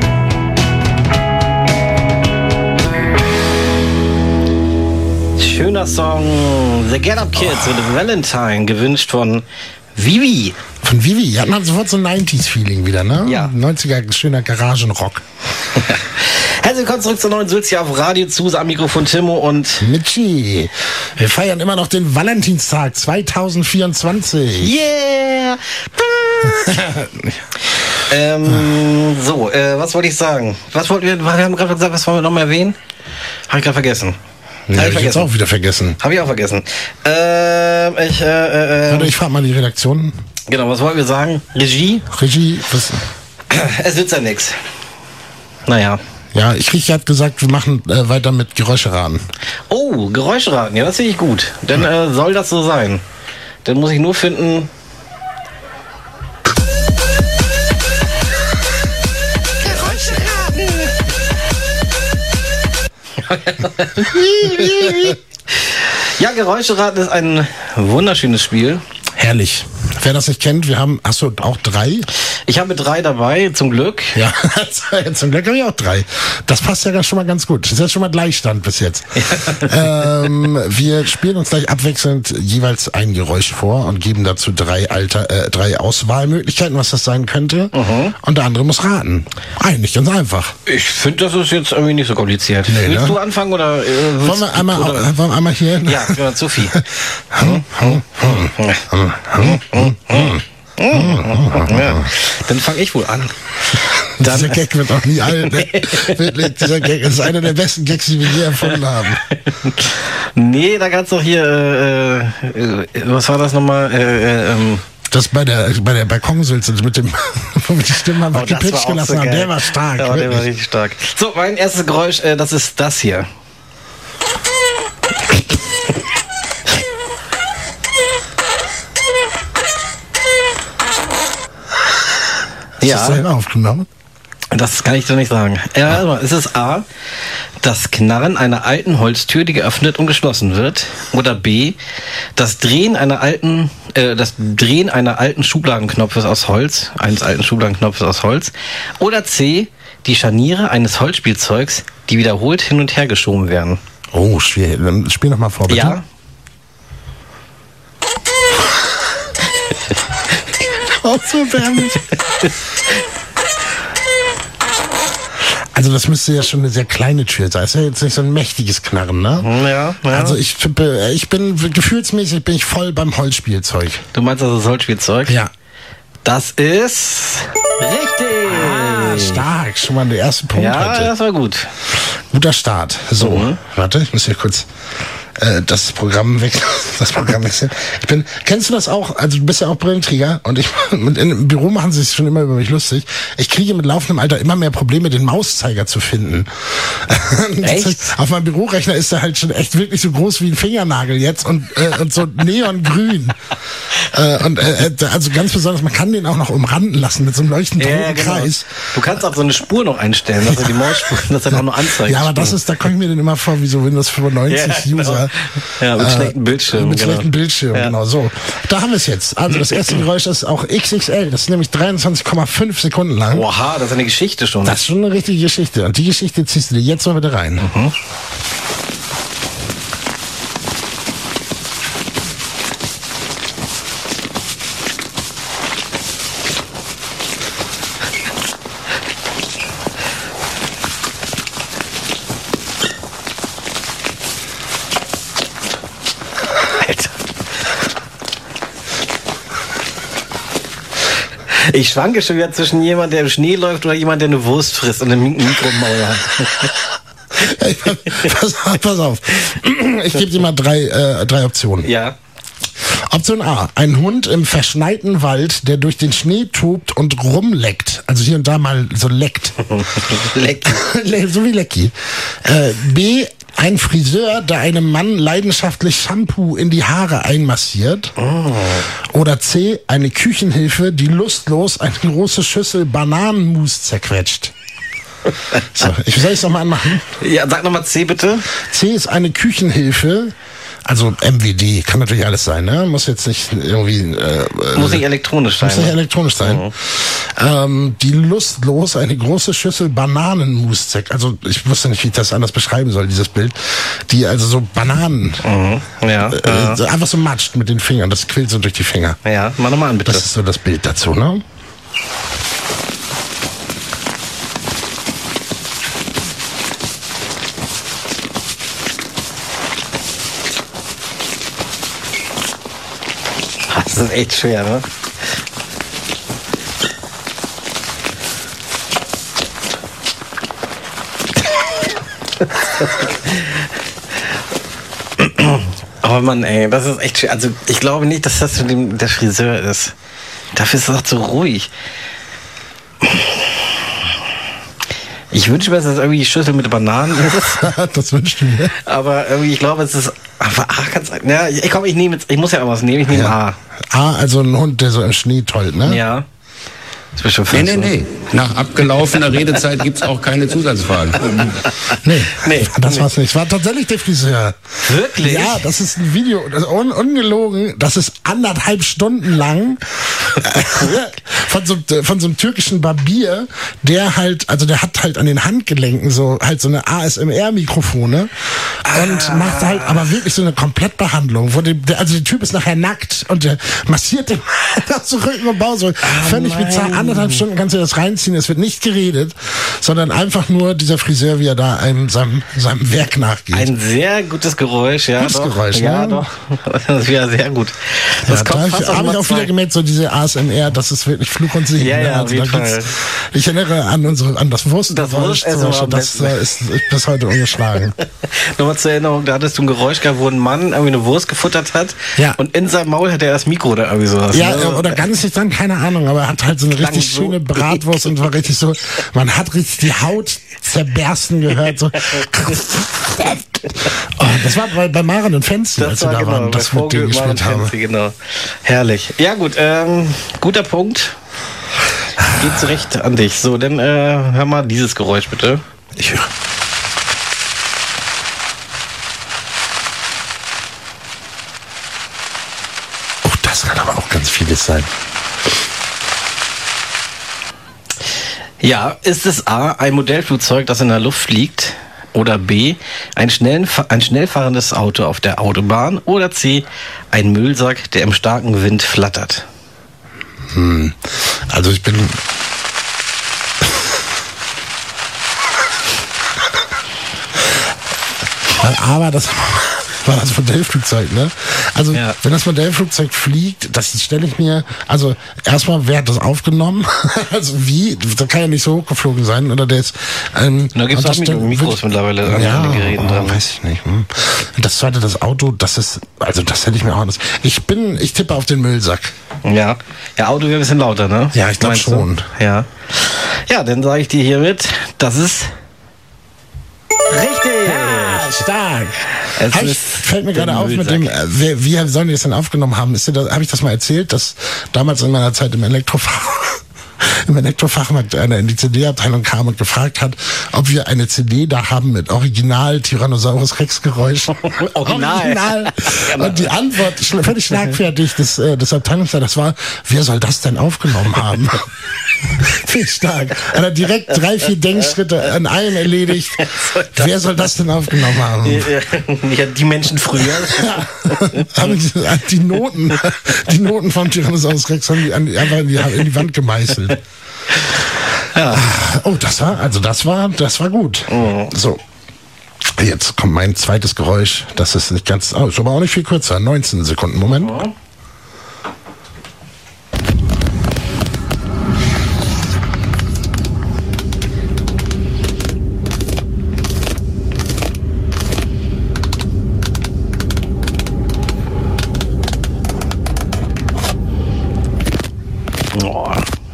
Schöner Song. The Get Up Kids mit Valentine. Gewünscht von Vivi. Von Vivi, hat man sofort so ein neunziger-Feeling wieder, ne? Ja. neunziger schöner Garagenrock. Herzlich willkommen zurück zur neuen Sülz hier auf Radio zu. Am Mikrofon Timo und Michi, wir feiern immer noch den Valentinstag zwanzig vierundzwanzig. yeah! ähm, so, äh, was wollte ich sagen? Was wollten wir, wir haben gerade gesagt, was wollen wir noch mal erwähnen? Habe ich gerade vergessen. Ja, Hab hab ich jetzt auch wieder vergessen. Habe ich auch vergessen. Ähm, ich, äh, äh, Warte, ich frage mal die Redaktion. genau, was wollten wir sagen? Regie? Regie, was? Es nützt ja nichts. Naja. Ja, ich Riechi hat gesagt, wir machen äh, weiter mit Geräuscheraten. Oh, Geräuscheraten, ja, das finde ich gut. Dann äh, soll das so sein. Dann muss ich nur finden. Ja, Geräuscheraten ist ein wunderschönes Spiel. Herrlich. Wer das nicht kennt, wir haben, hast du auch drei? Ich habe drei dabei, zum Glück. Ja, zum Glück habe ich auch drei. Das passt ja schon mal ganz gut. Das ist ja schon mal Gleichstand bis jetzt. ähm, wir spielen uns gleich abwechselnd jeweils ein Geräusch vor und geben dazu drei Alter, äh, drei Auswahlmöglichkeiten, was das sein könnte. Mhm. Und der andere muss raten. Eigentlich ganz einfach. Ich finde, das ist jetzt irgendwie nicht so kompliziert. Nee, willst ne? du anfangen oder äh, willst Wollen wir einmal, oder? äh, wollen wir einmal hier? Ja, ja, Sophie. Ja, dann fange ich wohl an. Dann, Dieser Gag wird auch nie alt. Ne? Wirklich, dieser Gag ist einer der besten Gags, die wir je erfunden haben. nee, da gab's doch hier, äh, äh, was war das nochmal? Äh, äh, ähm, Das bei der bei der Balkonsülze mit dem wo wir die Stimme einfach oh, das gepitcht war auch gelassen so haben. geil. Der war stark. Ja, der war wirklich. richtig stark. So, mein erstes Geräusch, äh, das ist das hier. Ist das selber aufgenommen? Das kann ich dir nicht sagen. Ja, also, es ist A, das Knarren einer alten Holztür, die geöffnet und geschlossen wird. Oder B, das Drehen einer alten, äh, das Drehen einer alten Schubladenknopfes aus Holz, eines alten Schubladenknopfes aus Holz. Oder C, die Scharniere eines Holzspielzeugs, die wiederholt hin und her geschoben werden. Oh, schwer. Dann spiel noch mal vor, bitte. Ja? Auch so erbärmlich. Also das müsste ja schon eine sehr kleine Tür sein. Das ist ja jetzt nicht so ein mächtiges Knarren, ne? Ja, ja. Also ich, tippe- ich bin gefühlsmäßig bin ich voll beim Holzspielzeug. Du meinst also das Holzspielzeug? Ja. Das ist richtig. Ah, stark. Schon mal der erste Punkt Ja, heute. das war gut. Guter Start. So, Mhm. warte, ich muss hier kurz äh, das Programm wechseln. Das Programm wechseln. Ich bin, kennst du das auch? Also du bist ja auch Brillenträger und ich, und im Büro machen sie sich schon immer über mich lustig. Ich kriege mit laufendem Alter immer mehr Probleme, den Mauszeiger zu finden. Echt? Auf meinem Bürorechner ist der halt schon echt wirklich so groß wie ein Fingernagel jetzt und, äh, und so neongrün. äh, und äh, also ganz besonders, man kann den auch noch umranden lassen mit so einem leuchtenden Ja, roten genau. Kreis. Du kannst auch so eine Spur noch einstellen, dass du die Mausspur, das dann auch noch anzeigt. Ja, aber das ist, da komme ich mir den immer vor wie so Windows fünfundneunzig Ja, genau. User. Ja, mit Äh, schlechten Bildschirmen. Mit genau. schlechten Bildschirmen, Ja. genau so. Da haben wir es jetzt. Also das erste Geräusch ist auch X X L. Das ist nämlich dreiundzwanzig Komma fünf Sekunden lang. Oha, das ist eine Geschichte schon. Das ist schon eine richtige Geschichte. Und die Geschichte ziehst du dir jetzt mal bitte rein. Mhm. Alter. Ich schwanke schon wieder zwischen jemand, der im Schnee läuft oder jemand, der eine Wurst frisst und ein Mik- Mikro im Maul hat. Ey, pass, auf, pass auf. Ich gebe dir mal drei, äh, drei Optionen. Ja. Option A. Ein Hund im verschneiten Wald, der durch den Schnee tobt und rumleckt. Also hier und da mal so leckt. Leck. So wie Lecki. Äh, B. Ein Friseur, der einem Mann leidenschaftlich Shampoo in die Haare einmassiert. Oh. Oder C. Eine Küchenhilfe, die lustlos eine große Schüssel Bananenmus zerquetscht. So, ich soll ich es nochmal anmachen? Ja, sag nochmal C bitte. C ist eine Küchenhilfe, also M W D, kann natürlich alles sein, ne? Muss jetzt nicht irgendwie... Äh, Muss nicht elektronisch sein. muss nicht elektronisch sein. Mhm. Ähm, die lustlos eine große Schüssel Bananenmus zerquetscht. Also ich wusste nicht, wie ich das anders beschreiben soll, dieses Bild. Die also so Bananen Mhm. Ja. äh, ja. so einfach so matscht mit den Fingern. Das quillt so durch die Finger. Ja, mach nochmal an bitte. Das ist so das Bild dazu, ne? Das ist echt schwer, ne? Aber Mann, ey, das ist echt schwer. Also ich glaube nicht, dass das von dem der Friseur ist. Dafür ist es auch so ruhig. Ich wünsche mir, dass das irgendwie die Schüssel mit Bananen ist. Das wünscht du mir. Aber irgendwie, ich glaube, es ist. Aber A kann's. Ja, ich komm, ich nehme jetzt. Ich muss ja auch was nehmen. Ich nehme Ja. A, also ein Hund, der so im Schnee tollt, A. ne? Ja. Das wird schon Nee, fast nee, so. nee. Nach abgelaufener Redezeit gibt's auch keine Zusatzfragen. Nee, Nee, das nee. war's nicht. Es war tatsächlich der Friseur. Wirklich? Ja, das ist ein Video, das ist un ungelogen, das ist anderthalb Stunden lang von so, von so einem türkischen Barbier, der halt, also der hat halt an den Handgelenken so halt so eine A S M R-Mikrofone und macht halt aber wirklich so eine Komplettbehandlung. Wo dem, der, also der Typ ist nachher nackt und der massiert den so Rücken und Bauch so völlig nein. bizarr. Anderthalb Stunden kannst du das reinziehen, es wird nicht geredet, sondern einfach nur dieser Friseur, wie er da einem, seinem, seinem Werk nachgeht. Ein sehr gutes Geräusch, ja. Gutes doch. Geräusch, ja, ne? doch. Das ist wieder sehr gut. Das Ja, da kommt habe fast ich, auf hab ich Nummer auch wieder zwei. gemerkt, so diese A S M R, das ist wirklich Fluch und Segen. Ja, ne? ja, auf Also jeden da gibt's- Fall. Ich erinnere an unsere, an das Wurstessen. Das Wurstessen war am Das besten. äh, ist, ist bis heute ungeschlagen. Nochmal zur Erinnerung, da hattest du ein Geräusch gehabt, wo ein Mann irgendwie eine Wurst gefuttert hat. Ja. Und in seinem Maul hat er das Mikro oder irgendwie sowas. Ja, ne? oder ganz nicht dann, keine Ahnung, aber er hat halt so eine Klang richtig so. schöne Bratwurst und war richtig so, man hat richtig die Haut zerbersten gehört, so. Oh, das war bei, bei Maren und Fancy, als Das wir war da genau, waren, bei das mit Vogel, dir gespielt Maren haben. Fancy, genau. Herrlich. Ja gut, ähm, guter Punkt. Geht zurecht an dich. So, dann äh, hör mal dieses Geräusch bitte. Ich höre. Oh, das kann aber auch ganz vieles sein. Ja, ist es A, ein Modellflugzeug, das in der Luft fliegt? Oder B, ein, schnell, ein schnell fahrendes Auto auf der Autobahn? Oder C, ein Müllsack, der im starken Wind flattert? Hm. Also ich bin... Aber das, war das Modellflugzeug, ne? Also, Ja. wenn das Modellflugzeug fliegt, das stelle ich mir, also erstmal, wer hat das aufgenommen? Also wie? Das kann ja nicht so hochgeflogen sein, oder der ist, ähm, Da gibt's und auch das stell- Mikros mittlerweile an ja, den Geräten dran. weiß ich nicht. Hm. Und das zweite, das Auto, das ist, also das hätte ich mir auch anders. Ich bin, ich tippe auf den Müllsack. Ja. Ja, Auto wäre ein bisschen lauter, ne? Ja, ich glaub Meinst du? schon. Ja. Ja, dann sage ich dir hiermit, das ist richtig. Stark. Es Hab ich, ist fällt mir der gerade auf mit Müllsack. dem, äh, wer, wie sollen die das denn aufgenommen haben? Ist dir das, habe ich das mal erzählt, dass damals in meiner Zeit im Elektrofach im Elektrofachmarkt einer in die C D-Abteilung kam und gefragt hat, ob wir eine C D da haben mit Original Tyrannosaurus Rex Geräusch. Original. Original. Und die Antwort, schl- völlig schlagfertig des, äh, des Abteilungsleiters war, wer soll das denn aufgenommen haben? Viel stark. Er hat direkt drei, vier Denkschritte an einem erledigt. Wer soll das denn aufgenommen haben? Ja, die Menschen früher. Haben die, die Noten, die Noten vom Tyrannosaurus Rex haben die, an, die- einfach in die, in die Wand gemeißelt. Ja. Oh, das war, also das war, das war gut. Mhm. So. Jetzt kommt mein zweites Geräusch. Das ist nicht ganz, oh, ist aber auch nicht viel kürzer. neunzehn Sekunden. Moment. Mhm. Oh.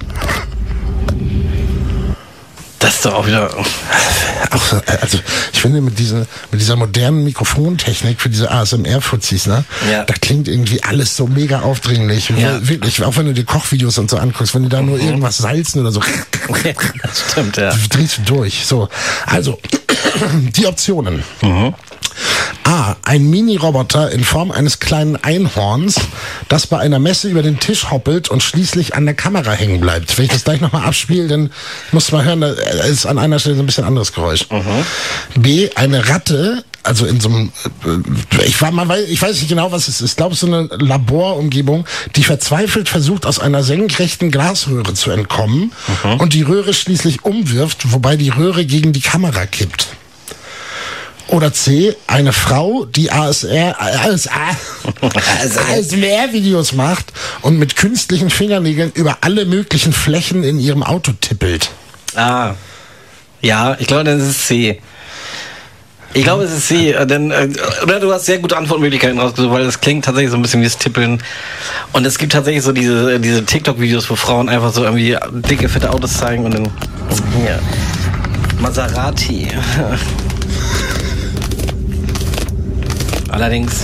Das ist doch auch wieder. Auch, so, also ich finde mit dieser mit dieser modernen Mikrofontechnik für diese A S M R-Fuzis, ne, Ja. da klingt irgendwie alles so mega aufdringlich. Ja. Wirklich, auch wenn du dir Kochvideos und so anguckst, wenn die da nur irgendwas salzen oder so, Das stimmt, ja. drehst du durch. So, also die Optionen. A. Ein Mini-Roboter in Form eines kleinen Einhorns, das bei einer Messe über den Tisch hoppelt und schließlich an der Kamera hängen bleibt. Wenn ich das gleich nochmal abspiele, dann musst du mal hören, da ist an einer Stelle so ein bisschen anderes Geräusch. B. Eine Ratte, also in so einem, äh, ich, war mal, ich weiß nicht genau, was es ist. Ich glaube, so eine Laborumgebung, die verzweifelt versucht, aus einer senkrechten Glasröhre zu entkommen und die Röhre schließlich umwirft, wobei die Röhre gegen die Kamera kippt. Oder C, eine Frau, die A S R, A S M R-Videos macht und mit künstlichen Fingernägeln über alle möglichen Flächen in ihrem Auto tippelt. Ah. Ja, ich glaube, das ist C. Ich glaube, es ist C. äh, Denn, äh, oder du hast sehr gute Antwortmöglichkeiten rausgesucht, weil das klingt tatsächlich so ein bisschen wie das Tippeln. Und es gibt tatsächlich so diese, diese TikTok-Videos, wo Frauen einfach so irgendwie dicke, fette Autos zeigen und dann. Ja. Maserati. Allerdings.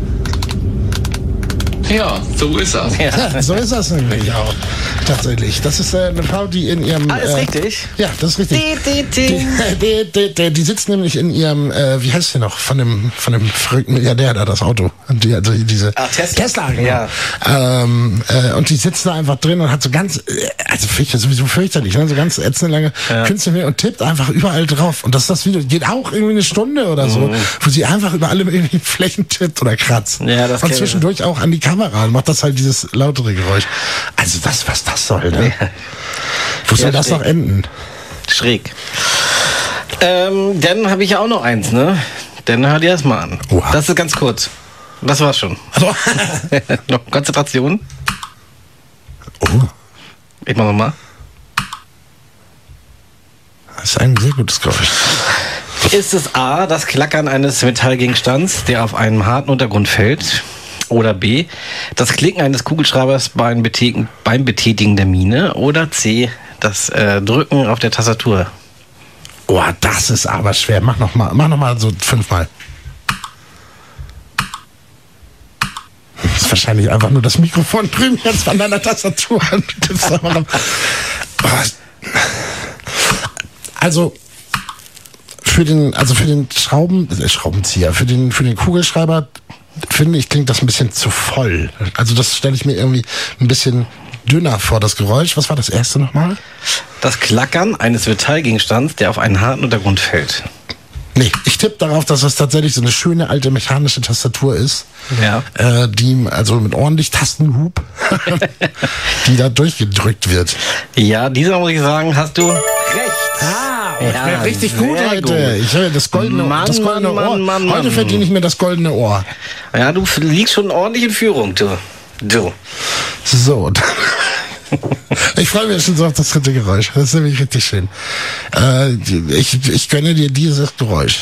Ja, so ist das. Ja. So ist das nämlich auch. Tatsächlich. Das ist äh, eine Frau, die in ihrem... Ah, ist äh, richtig. Ja, das ist richtig. Die, die, die. Die, die, die, die sitzt nämlich in ihrem, äh, wie heißt sie noch, von dem, von dem verrückten Milliardär da, das Auto. Und die, also diese Ah, Tesla. Tesla, genau. Ja. Ähm, äh, und die sitzt da einfach drin und hat so ganz, äh, also finde ich das sowieso fürchterlich, ne? So ganz ätzende lange Ja. Künstler und tippt einfach überall drauf. Und das ist das Video, geht auch irgendwie eine Stunde oder so, Mhm. wo sie einfach über alle möglichen Flächen tippt oder kratzt. Ja, das und kenn ich. zwischendurch auch an die Kamera und macht das halt dieses lautere Geräusch. Also das, was das soll, ne? Wo soll Ja, das schräg. noch enden? Schräg. Ähm, dann habe ich ja auch noch eins, ne? Dann hör dir das mal an. Oha. Das ist ganz kurz. Das war's schon. Also, Noch Konzentration. oh, Ich mach nochmal. das ist ein sehr gutes Geräusch. Ist es A, das Klackern eines Metallgegenstands, der auf einem harten Untergrund fällt? Oder B, das Klicken eines Kugelschreibers beim Betätigen, beim Betätigen der Mine? Oder C, das äh, Drücken auf der Tastatur? Oh, das ist aber schwer. Mach noch mal, mach noch mal so fünfmal. Das ist wahrscheinlich einfach nur das Mikrofon drüben jetzt an deiner Tastatur. Also für den, also für den Schrauben, äh, Schraubenzieher, für den, für den Kugelschreiber finde ich, klingt das ein bisschen zu voll. Also das stelle ich mir irgendwie ein bisschen dünner vor, das Geräusch. Was war das erste nochmal? Das Klackern eines Metallgegenstands, der auf einen harten Untergrund fällt. Nee, ich tippe darauf, dass das tatsächlich so eine schöne alte mechanische Tastatur ist. Ja. Äh, die, also mit ordentlich Tastenhub, die da durchgedrückt wird. Ja, diesmal muss ich sagen, hast du recht. Ah, ich Ja, bin richtig gut sehr heute. gut. Ich höre das goldene, Mann, das goldene Mann, Ohr. Mann, Mann, heute Mann. verdiene ich mir das goldene Ohr. Ja, du liegst schon ordentlich in Führung, du. Du. So. Ich freue mich schon so auf das dritte Geräusch. Das ist nämlich richtig schön. Äh, ich, ich gönne dir dieses Geräusch.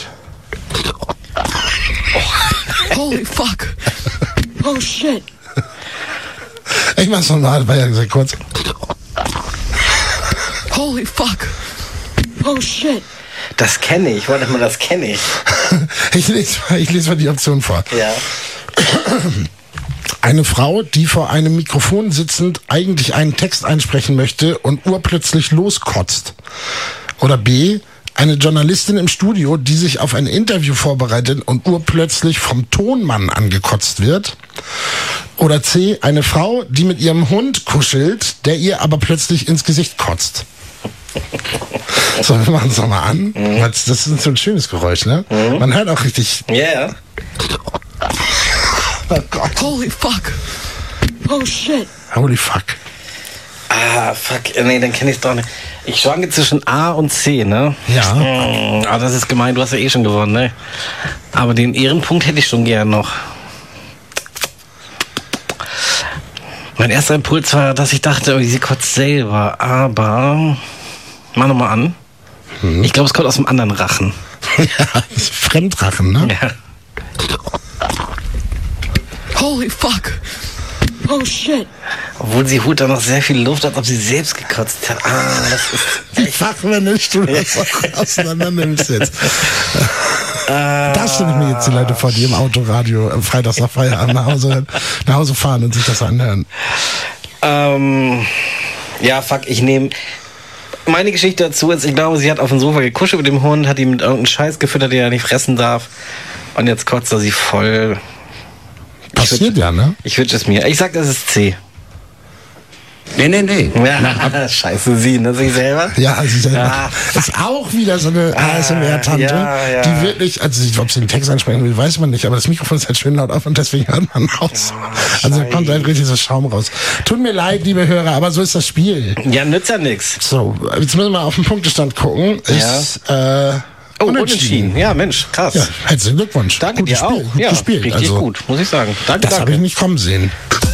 Holy fuck. Oh shit. Ich mach's nochmal, weil ja sehr kurz. Holy fuck. Oh shit. Das kenne ich. Warte mal, das kenne ich. Ich lese, ich lese mal die Option vor. Ja. Eine Frau, die vor einem Mikrofon sitzend eigentlich einen Text einsprechen möchte und urplötzlich loskotzt. Oder B, eine Journalistin im Studio, die sich auf ein Interview vorbereitet und urplötzlich vom Tonmann angekotzt wird. Oder C, eine Frau, die mit ihrem Hund kuschelt, der ihr aber plötzlich ins Gesicht kotzt. So, wir machen es nochmal an. Mhm. Das ist so ein schönes Geräusch, ne? Mhm. Man hört auch richtig... Ja, yeah. Oh Gott. Holy fuck. Oh shit. Holy fuck. Ah, fuck. Nee, dann kenne ich es doch nicht. Ich schwanke zwischen A und C, ne? Ja. Hm, aber das ist gemein, du hast ja eh schon gewonnen, ne? Aber den Ehrenpunkt hätte ich schon gern noch. Mein erster Impuls war, dass ich dachte, oh, sie kotzt selber, aber... Mach nochmal an. Hm. Ich glaube, es kommt aus einem anderen Rachen. Ja, das ist Fremdrachen, ne? Ja. Holy fuck. Oh shit. Obwohl sie holt da noch sehr viel Luft, als ob sie selbst gekotzt hat. Ah, das ist... Ich frag mir nicht, du das auch auseinander nimmst jetzt. Da stelle ich mir jetzt die Leute vor, die im Autoradio am Freitags nach Feierabend nach Hause, nach Hause fahren und sich das anhören. Ähm, ja, fuck, ich nehme... Meine Geschichte dazu ist, ich glaube, sie hat auf dem Sofa gekuschelt mit dem Hund, hat ihn mit irgendeinem Scheiß gefüttert, den er nicht fressen darf. Und jetzt kotzt er sie voll. Passiert ja, ne? Ich wünsche es mir. Ich sag, das ist C. Nee, nee, nee. Ja, scheiße, sie, ne? Sie selber? Ja, also selber. Ja. Ist auch wieder so eine A S M R-Tante, ja, ja. die wirklich, also ob sie den Text ansprechen will, weiß man nicht, aber das Mikrofon ist halt schön laut auf und deswegen hört man aus. Oh, also da kommt halt richtig so Schaum raus. Tut mir leid, liebe Hörer, aber so ist das Spiel. Ja, nützt ja nix. So, jetzt müssen wir auf den Punktestand gucken. Ist, äh, Oh, unentschieden. Ja, Mensch, krass. Ja, herzlichen Glückwunsch. Danke Gutes dir Spiel. auch. Gut Ja, gespielt. richtig also, gut, muss ich sagen. Danke, das danke. habe ich nicht kommen sehen.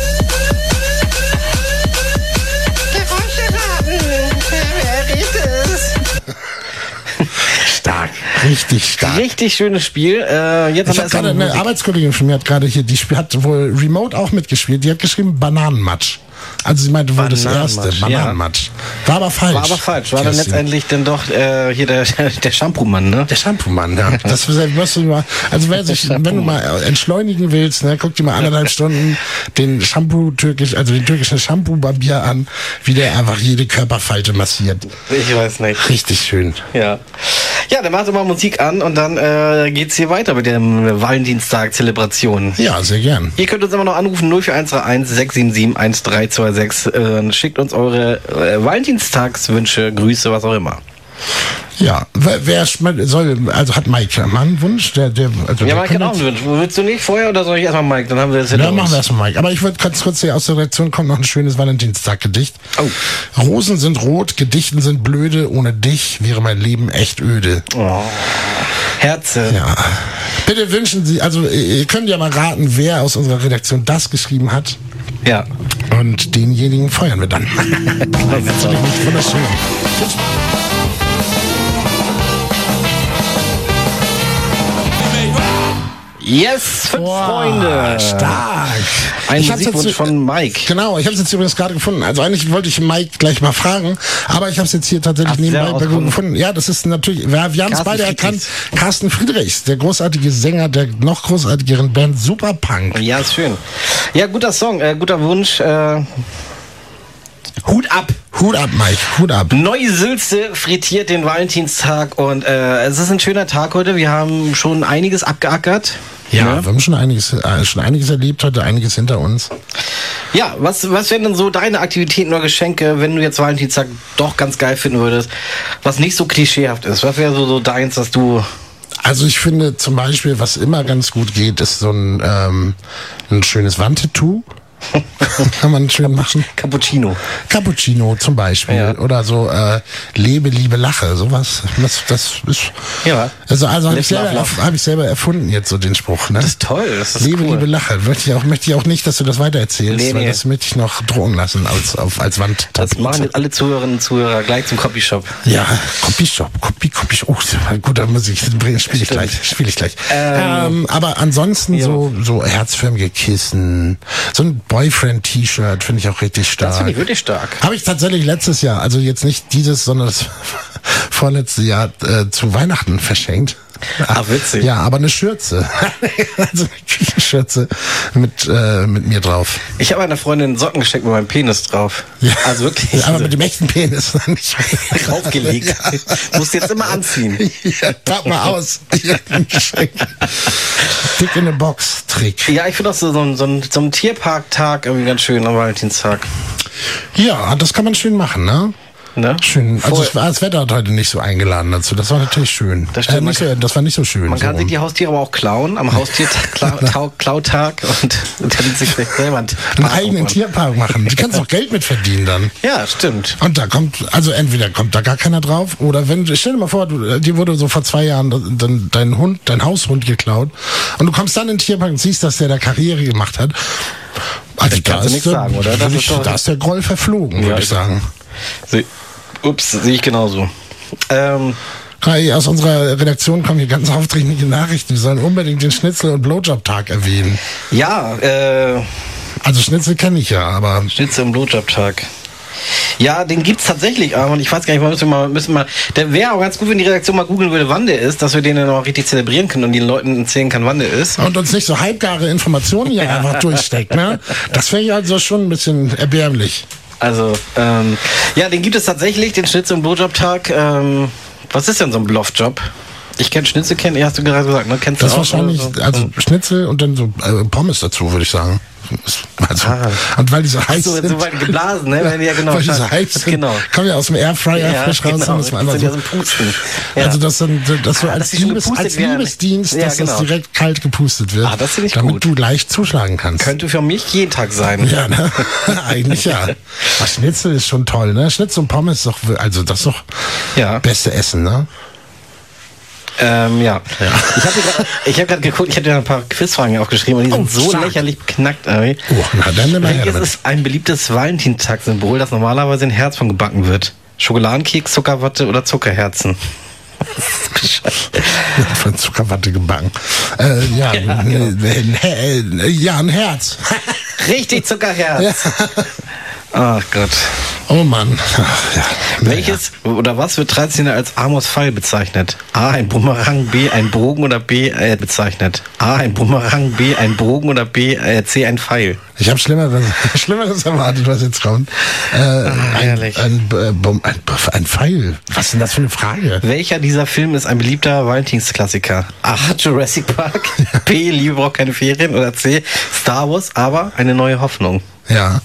Stark. Richtig stark. Richtig schönes Spiel. Äh, jetzt Ich habe haben wir gerade erstmal eine Arbeitskollegin von mir hat gerade hier, die sp- hat wohl remote auch mitgespielt. Die hat geschrieben Bananenmatsch. Also sie meinte wohl das erste Bananenmatsch, Bananenmatsch. War aber falsch. War aber falsch. War dann Kerstin. letztendlich dann doch äh, hier der, der Shampoo-Mann, ne? Der Shampoo-Mann, ja. Das wirst du mal, also wer sich, wenn du mal entschleunigen willst, ne, guck dir mal anderthalb Stunden den Shampoo türkisch, also den türkischen Shampoo-Barbier an, wie der einfach jede Körperfalte massiert. Ich weiß nicht. Richtig schön. Ja. Ja, dann mach doch mal Musik an und dann äh, geht's hier weiter mit der Valentinstag-Zelebration. Ja, sehr gern. Ihr könnt uns immer noch anrufen null vier eins drei eins sechs sieben sieben eins drei zwei sechs. Äh, schickt uns eure äh, Valentinstagswünsche, Grüße, was auch immer. Ja, wer, wer soll, also hat Mike mal einen Wunsch? Der, der, also Ja, der Mike hat auch einen Wunsch. Willst du nicht vorher oder soll ich erstmal Mike? Dann haben wir das hinter Ja, machen uns. wir erstmal Mike. Aber ich würde ganz kurz hier aus der Redaktion kommt noch ein schönes Valentinstag-Gedicht. Oh. Rosen sind rot, Gedichten sind blöde, ohne dich wäre mein Leben echt öde. Oh. Herze. Ja. Bitte wünschen Sie, also ihr könnt ja mal raten, wer aus unserer Redaktion das geschrieben hat. Ja. Und denjenigen feuern wir dann. Das ist wirklich wunderschön. Yes, fünf Boah, Freunde. Stark. Ein Ich hab's Musikwunsch jetzt- von Mike. Genau, ich habe es jetzt übrigens gerade gefunden. Also eigentlich wollte ich Mike gleich mal fragen, aber ich habe es jetzt hier tatsächlich Hast du nebenbei ja bei Google rausgefunden? gefunden. Ja, das ist natürlich, wir, wir haben es Carsten beide erkannt. Friedrichs. Carsten Friedrichs, der großartige Sänger der noch großartigeren Band Superpunk. Ja, ist schön. Ja, guter Song, äh, guter Wunsch. Äh, Hut ab. Hut ab, Mike, Hut ab. Neu-Sülze frittiert den Valentinstag und äh, es ist ein schöner Tag heute. Wir haben schon einiges abgeackert. Ja, Ne? wir haben schon einiges, äh, schon einiges erlebt heute, einiges hinter uns. Ja, was, was wären denn so deine Aktivitäten oder Geschenke, wenn du jetzt Valentinstag doch ganz geil finden würdest, was nicht so klischeehaft ist? Was wäre so, so deins, was du... Also ich finde zum Beispiel, was immer ganz gut geht, ist so ein, ähm, ein schönes Wandtattoo. Kann man schön machen. Cappuccino. Cappuccino zum Beispiel. Ja. Oder so äh, Lebe, Liebe, Lache. Sowas. Das, das ist. Ja. Also, also habe ich, Live, selber love, love. hab ich selber erfunden jetzt so den Spruch. Ne? Das ist toll. Das ist Lebe, cool. Liebe, Lache. Möchte ich, auch, möchte ich auch nicht, dass du das weitererzählst, Nee, weil nee. das möchte ich noch drohen lassen als, auf, als Wand. Das machen jetzt alle Zuhörerinnen und Zuhörer gleich zum Copyshop. Ja, Copyshop, Copy, Copyshop. Oh, gut, da muss ich, spiele ich gleich, spiele ich gleich. Ähm, Ähm, aber ansonsten ja. so, so herzförmige Kissen, so ein Boyfriend-T-Shirt finde ich auch richtig stark. Das finde ich wirklich stark. Habe ich tatsächlich letztes Jahr, also jetzt nicht dieses, sondern das vorletzte Jahr äh, zu Weihnachten verschenkt. Ah, witzig. Ja, aber eine Schürze. Also eine Küchenschürze mit, äh, mit mir drauf. Ich habe einer Freundin Socken geschenkt mit meinem Penis drauf. Ja. Also wirklich. Aber mit dem echten Penis dann nicht. Draufgelegt. Musst jetzt immer anziehen. Ja, pack mal aus. Ja, ein Geschenk. Dick in a Box Trick. Ja, ich finde auch so, so, ein- so, ein, so ein Tierparktag irgendwie ganz schön am Valentinstag. Ja, das kann man schön machen, ne? Ne? Schön. Also Voll. es war, das Wetter hat heute nicht so eingeladen dazu. Das war natürlich schön. Das stimmt, äh, nicht man so, das war nicht so schön. Man so kann sich rum. die Haustiere aber auch klauen am Haustierklautag und dann sich vielleicht selber ein einen eigenen Tierpark machen. Du kannst auch Geld mit verdienen dann. Ja, stimmt. Und da kommt, also entweder kommt da gar keiner drauf oder wenn, stell dir mal vor, du, dir wurde so vor zwei Jahren dann dein Hund, dein Haushund geklaut und du kommst dann in den Tierpark und siehst, dass der da Karriere gemacht hat. Also Da kannst du nichts der, sagen, oder? Das würde ist ich, doch- da ist der Groll verflogen, Ja, würde ich ich- sagen. Se Ups, sehe ich genauso. Ähm, Kai, aus unserer Redaktion kommen hier ganz aufdringliche Nachrichten. Wir sollen unbedingt den Schnitzel- und Blowjob-Tag erwähnen. ja, äh, Also Schnitzel kenne ich ja, aber Schnitzel im Blowjob-Tag. Ja, den gibt's tatsächlich, aber ich weiß gar nicht, wir müssen mal, müssen mal, der wäre auch ganz gut, wenn die Redaktion mal googeln würde, wann der ist, dass wir den dann auch richtig zelebrieren können und den Leuten erzählen kann, wann der ist. und uns nicht so halbgare Informationen hier einfach durchsteckt, ne? Das wäre ja also schon ein bisschen erbärmlich. Also, ähm, ja, den gibt es tatsächlich, den Schnitzel- und Blowjob-Tag. Ähm, was ist denn so ein Bluffjob? Ich kenne Schnitzel, kenn, ja, hast du gerade gesagt, ne? Kennst Das du ist auch? wahrscheinlich, oder so? also Schnitzel und dann so äh, Pommes dazu, würde ich sagen. Also, Ah. Und weil die so heiß so, sind. so weit geblasen, ne? Wenn die ja genau. weil die so heiß sind. Genau. Kommen ja aus dem Airfryer Ja, frisch raus. genau. Und das war einfach Sind ja so, so ein Pusten. Ja. Also das, dann, das so Ah, dass als, die schon Liebes, gepustet als werden. Liebesdienst, Ja, dass genau. das direkt kalt gepustet wird. Ah, das finde ich damit gut. du leicht zuschlagen kannst. Könnte für mich jeden Tag sein. Ja, ne? Eigentlich ja. Aber Schnitzel ist schon toll, ne? Schnitzel und Pommes ist doch, also das ist doch Ja. beste Essen, ne? Ähm, ja. Ich habe gerade ich hab grad geguckt, ich habe dir ein paar Quizfragen aufgeschrieben und die sind Oh, so stark. lächerlich beknackt. Ey. Oh, na dann nimm mal her Welches damit. ist ein beliebtes Valentinstag-Symbol, das normalerweise in Herz von gebacken wird? Schokoladenkeks, Zuckerwatte oder Zuckerherzen? Von Zuckerwatte gebacken. Äh, ja, Ja, ja, genau. ein, Her- ja, ein Herz. Richtig, Zuckerherz. Ach Gott. Oh Mann. Ach, ja. Welches oder was wird dreizehnter als Amos Pfeil bezeichnet? A, ein Bumerang, B, ein Bogen oder B, äh, bezeichnet? A, ein Bumerang, B, ein Bogen oder B, äh, C, ein Pfeil? Ich habe Schlimmeres, Schlimmeres erwartet, was jetzt kommt. Äh, ein, herrlich. ein, äh, Bom- ein, ein Pfeil. Was ist denn das für eine Frage? Welcher dieser Filme ist ein beliebter Valentinsklassiker? A, Jurassic Park, B, Liebe braucht keine Ferien oder C, Star Wars, aber eine neue Hoffnung. Ja.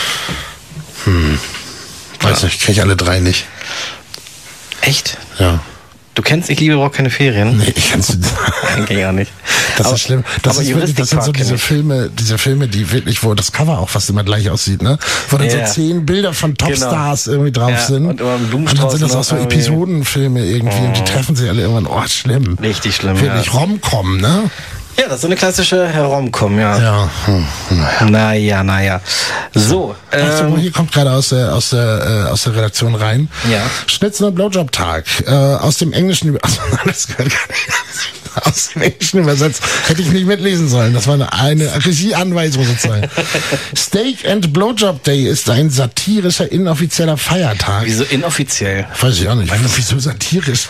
Hm. Weiß nicht, kenne ich alle drei nicht. Echt? Ja. Du kennst Ich Liebe braucht keine Ferien? Nee, ich kann's nicht. Eigentlich gar nicht. Das Aber- ist schlimm. Das, aber ist wirklich, das sind so Jurassic Park diese kenn ich. Filme, diese Filme, die wirklich, wo das Cover auch fast immer gleich aussieht, ne? Wo dann Ja. so zehn Bilder von Topstars irgendwie drauf Ja, sind. und immer ein und dann Blumenstrauß sind das auch noch so irgendwie. Episodenfilme irgendwie und die treffen sich alle irgendwann. Oh, schlimm. Richtig schlimm, Wirklich ja. Rom-Com, ne? Ja, das ist so eine klassische Rom-Com, ja. Ja. Hm. Naja, naja. So, Ach so, ähm, hier kommt gerade aus der, aus der, äh, aus der Redaktion rein. Ja. Schnitzel- und Blowjob-Tag. Äh, aus dem Englischen, über- also, das gehört gar nicht. Aus dem Englischen übersetzt. Hätte ich nicht mitlesen sollen. Das war eine, eine Regieanweisung sozusagen. Steak and Blowjob Day ist ein satirischer, inoffizieller Feiertag. wieso inoffiziell? Weiß ich auch nicht. Wieso satirisch?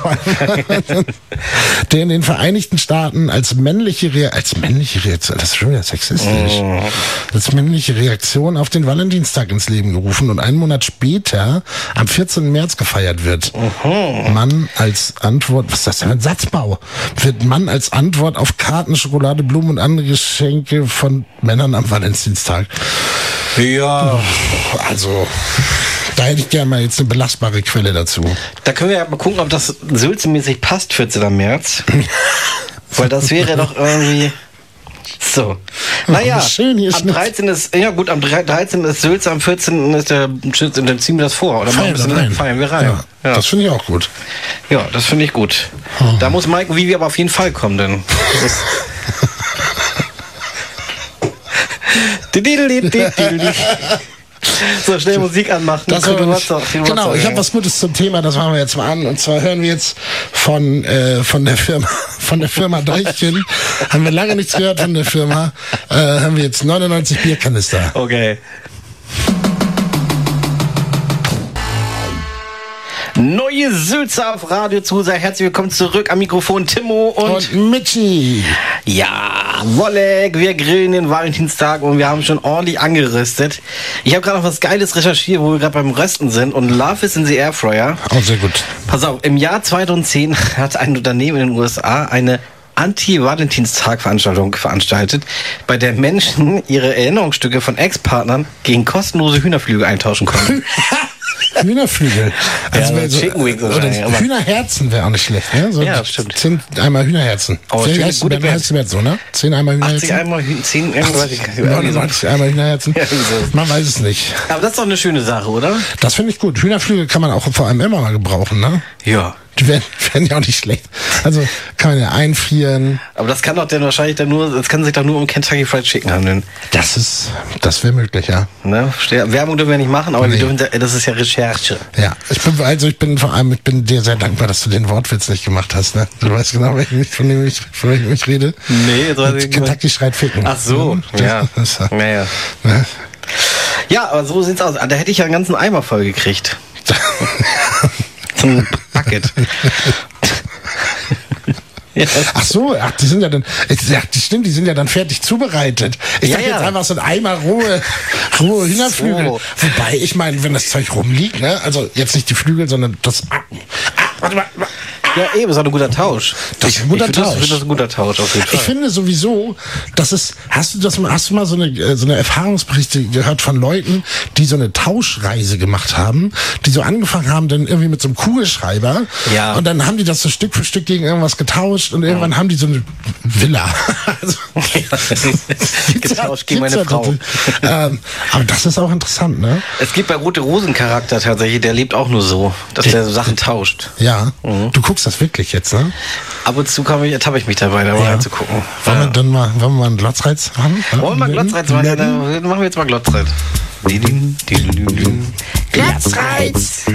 Der in den Vereinigten Staaten als männliche Rea als männliche Reaktion, das ist schon wieder sexistisch, als männliche Reaktion auf den Valentinstag ins Leben gerufen und einen Monat später, am vierzehnten März gefeiert wird. Mann als Antwort, was ist das denn für ein Satzbau? Wird Mann als Antwort auf Karten, Schokolade, Blumen und andere Geschenke von Männern am Valentinstag. Ja. Also, da hätte ich gerne mal jetzt eine belastbare Quelle dazu. Da können wir ja mal gucken, ob das Sülze-mäßig passt, vierzehnter März. Weil das wäre doch irgendwie... So. Naja, schön hier am Schnitt. dreizehnten ist, ja gut, am dreizehnten ist Sülz, am vierzehnten ist der Schütz, und dann ziehen wir das vor. Oder Feiern machen wir wir rein. feiern wir rein. Ja, Ja, das finde ich auch gut. ja das finde ich gut. Da muss Mike und Vivi aber auf jeden Fall kommen, denn. Das ist so, schnell Musik anmachen. Das Guck, war was nicht, doch, was genau, doch, ich ja. habe was Gutes zum Thema, das machen wir jetzt mal an. Und zwar hören wir jetzt von, äh, von der Firma, von der Firma Deichchen. Haben wir lange nichts gehört von der Firma. Äh, haben wir jetzt neunundneunzig Bierkanister. Okay. Neue Sülzer auf Radio Zusa. Herzlich willkommen zurück am Mikrofon Timo und, Und Michi. ja, Wollek. Wir grillen den Valentinstag und wir haben schon ordentlich angerüstet. Ich habe gerade noch was Geiles recherchiert, wo wir gerade beim Rösten sind, und Love is in the Airfryer. Auch sehr gut. Pass auf, im Jahr zweitausendzehn hat ein Unternehmen in den U S A eine Anti-Valentinstag-Veranstaltung veranstaltet, bei der Menschen ihre Erinnerungsstücke von Ex-Partnern gegen kostenlose Hühnerflügel eintauschen konnten. Hühnerflügel. Also Ja, wär so Chicken Wings oder wahrscheinlich, aber- Hühnerherzen wäre auch nicht schlecht. Ne? So Ja, stimmt. Zehn Eimer Hühnerherzen. Oh, Wie schöne, heißt die gute Band? Band. heißt die Band so, ne? Zehn Eimer achtzig Hühnerherzen. einmal, zehn, irgendwas. ich- irgendwie so. neunundneunzig Eimer Hühnerherzen. Ja, irgendwie so. Man weiß es nicht. Aber das ist doch eine schöne Sache, oder? Das finde ich gut. Hühnerflügel kann man auch vor allem immer mal gebrauchen, ne? Ja. Die werden, werden ja auch nicht schlecht. Also kann man ja einfrieren. Aber das kann doch dann wahrscheinlich dann nur, das kann sich doch nur um Kentucky Fried Chicken handeln. Das ist, das wäre möglich, ja. Ne? Ste- Werbung dürfen wir nicht machen, aber Nee. wir dürfen, das ist ja Recherche. Ja, ich bin, also ich bin vor allem, ich bin dir sehr dankbar, dass du den Wortwitz nicht gemacht hast, ne? Du weißt genau, welchen ich, von dem ich, von welchem ich rede. Nee, jetzt weiß ich Mit nicht. Kentucky schreit ficken. Ach so, ja. Das, ist, Naja. ne? Ja, aber so sieht's aus. Da hätte ich ja einen ganzen Eimer voll gekriegt. Zum Bucket. Ja. Ach so, ach, die sind ja dann, ja, das stimmt, die sind ja dann fertig zubereitet. Ich Ja, dachte ja. jetzt einfach so ein Eimer rohe, rohe Hühnerflügel. So. Wobei, ich meine, wenn das Zeug rumliegt, ne, also jetzt nicht die Flügel, sondern das, ah, ah, warte mal, Ja, eben, ist auch ein guter Tausch. Das ist ein guter ich finde, Tausch. Das, ich finde das ein guter Tausch, auf jeden Fall. Ich finde sowieso, dass es, hast du das mal, hast du mal so eine, äh, so eine Erfahrungsberichte gehört von Leuten, die so eine Tauschreise gemacht haben, die so angefangen haben, dann irgendwie mit so einem Kugelschreiber, Ja. und dann haben die das so Stück für Stück gegen irgendwas getauscht, und irgendwann Mhm. haben die so eine Villa. Also, Getauscht gegen gibt's meine ja Frau. tatsächlich. ähm, aber das ist auch interessant, ne? Es gibt bei Rote Rosen Charakter tatsächlich, der lebt auch nur so, dass der Sachen tauscht. Ja. Mhm. Du guckst das wirklich jetzt, ne? Ab und zu komme ich, ertappe ich mich dabei, da mal Ja. reinzugucken. Wollen wir Ja. dann mal, wollen wir mal einen Glotzreiz machen? Wollen wir mal Glotzreiz machen? Ja, dann machen wir jetzt mal Glotzreiz. Glotzreiz!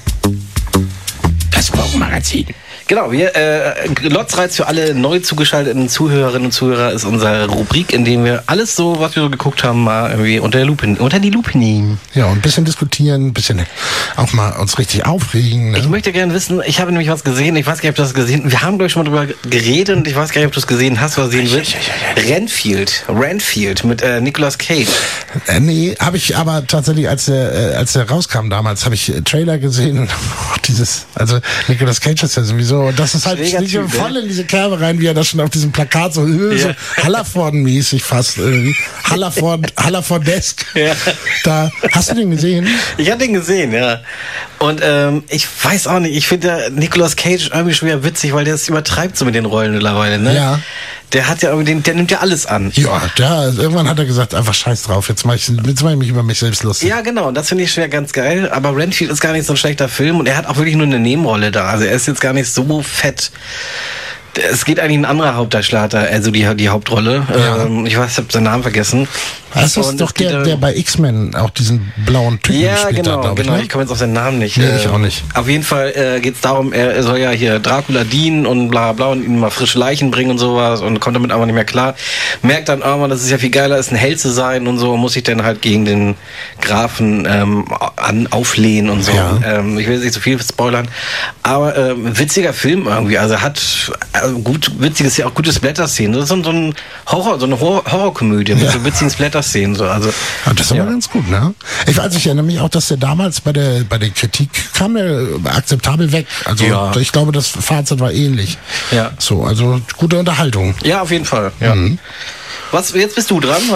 Das Wochenmagazin. Genau, wir, äh, Glotzreiz für alle neu zugeschalteten Zuhörerinnen und Zuhörer ist unsere Rubrik, in dem wir alles so, was wir so geguckt haben, mal irgendwie unter, der Lupe, unter die Lupe nehmen. Ja, und ein bisschen diskutieren, ein bisschen auch mal uns richtig aufregen. Ne? Ich möchte gerne wissen, ich habe nämlich was gesehen, ich weiß gar nicht, ob du das gesehen hast. Wir haben, glaube ich, schon mal drüber geredet und ich weiß gar nicht, ob du es gesehen hast oder sehen willst. Renfield, Renfield mit äh, Nicolas Cage. Äh, nee, habe ich aber tatsächlich, als der, äh, als der rauskam damals, habe ich äh, Trailer gesehen und oh, dieses, also Nicolas Cage ist ja sowieso, das ist halt Schräger nicht so Typ, voll ne? in diese Kerbe rein, wie er das schon auf diesem Plakat so, äh, so Ja. Hallerforden-mäßig fast irgendwie. Hallerford, Hallerfordesk. Ja. Da, hast du den gesehen? Ich habe den gesehen, ja. Und ähm, ich weiß auch nicht, ich finde der Nicolas Cage irgendwie schon wieder witzig, weil der es übertreibt so mit den Rollen mittlerweile, ne? Ja. Der hat ja irgendwie den, der nimmt ja alles an. Ja, der, irgendwann hat er gesagt, einfach scheiß drauf, jetzt mach ich, jetzt mach ich mich über mich selbst lustig. Ja, genau, und das finde ich schwer ganz geil. Aber Renfield ist gar nicht so ein schlechter Film und er hat auch wirklich nur eine Nebenrolle da. Also er ist jetzt gar nicht so fett. Es geht eigentlich ein anderer Hauptdarsteller, also die, die Hauptrolle. Ja. Ähm, ich weiß, ich habe seinen Namen vergessen. Das ist Und doch es geht, der, äh, der bei X-Men auch diesen blauen Typen Ja, spielt, genau, glaube ich. genau. Ne? Ich komme jetzt auf seinen Namen nicht. Nee, ich Äh, auch nicht. Auf jeden Fall äh, geht es darum, er soll ja hier Dracula dienen und bla bla und ihm mal frische Leichen bringen und sowas und kommt damit aber nicht mehr klar. Merkt dann irgendwann, dass es ja viel geiler ist, ein Held zu sein und so, und muss sich dann halt gegen den Grafen ähm, an, auflehnen und so. Ja. Ähm, ich will jetzt nicht so viel spoilern, aber ähm, witziger Film irgendwie. Also hat äh, gut, witziges, ja auch gute Splatter-Szenen. Das ist so, ein- so ein Horror, so eine Horror Horrorkomödie mit Ja. so witzigen Splatter-Szenen. So. Also, Ah, das ist ja. aber ganz gut, ne? Ich weiß, ich erinnere mich auch, dass der damals bei der bei der Kritik kam der akzeptabel weg. Also Ja. ich glaube, das Fazit war ähnlich. Ja. So, also gute Unterhaltung. Ja, auf jeden Fall. Ja. Was, jetzt bist du dran. Was?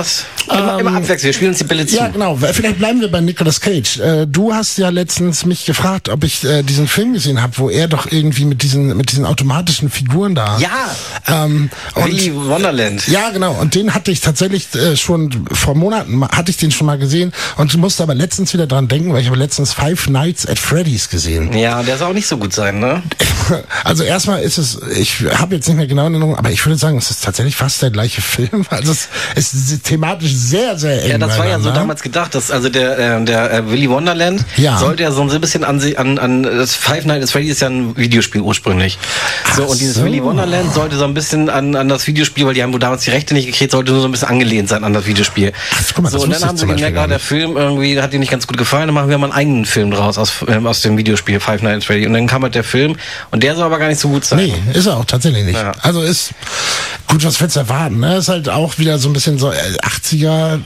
Immer, immer abwechselnd, wir spielen uns die Bälle zu. Ja, genau. Vielleicht bleiben wir bei Nicolas Cage. Äh, du hast ja letztens mich gefragt, ob ich äh, diesen Film gesehen habe, wo er doch irgendwie mit diesen mit diesen automatischen Figuren da. Ja. Ähm, Willy Wonderland. Ja, genau. Und den hatte ich tatsächlich äh, schon vor Monaten ma- hatte ich den schon mal gesehen und musste aber letztens wieder dran denken, weil ich habe letztens Five Nights at Freddy's gesehen. Ja, der soll auch nicht so gut sein, ne? Also erstmal ist es, ich habe jetzt nicht mehr genau in Erinnerung, aber ich würde sagen, es ist tatsächlich fast der gleiche Film. Also es, es ist thematisch sehr, sehr eng. Ja, das war ja so beieinander. damals gedacht, dass also der äh, der äh, Willy Wonderland Ja. sollte ja so ein bisschen an sie an an das Five Nights at Freddy's ist ja ein Videospiel ursprünglich. So Ach und dieses so. Willy Wonderland sollte so ein bisschen an an das Videospiel, weil die haben wohl damals die Rechte nicht gekriegt, sollte nur so ein bisschen angelehnt sein an das Videospiel. Ach, guck mal, so das und wusste dann haben ich sie zum gemerkt, Beispiel ah, der gar Film irgendwie hat ihnen nicht ganz gut gefallen, dann machen wir mal einen eigenen Film draus aus ähm, aus dem Videospiel Five Nights at Freddy's und dann kam halt der Film und der soll aber gar nicht so gut sein. Nee, ist er auch tatsächlich nicht. Ja. Also ist gut, was willst du erwarten, ne? Ist halt auch wieder so ein bisschen so äh, achtziger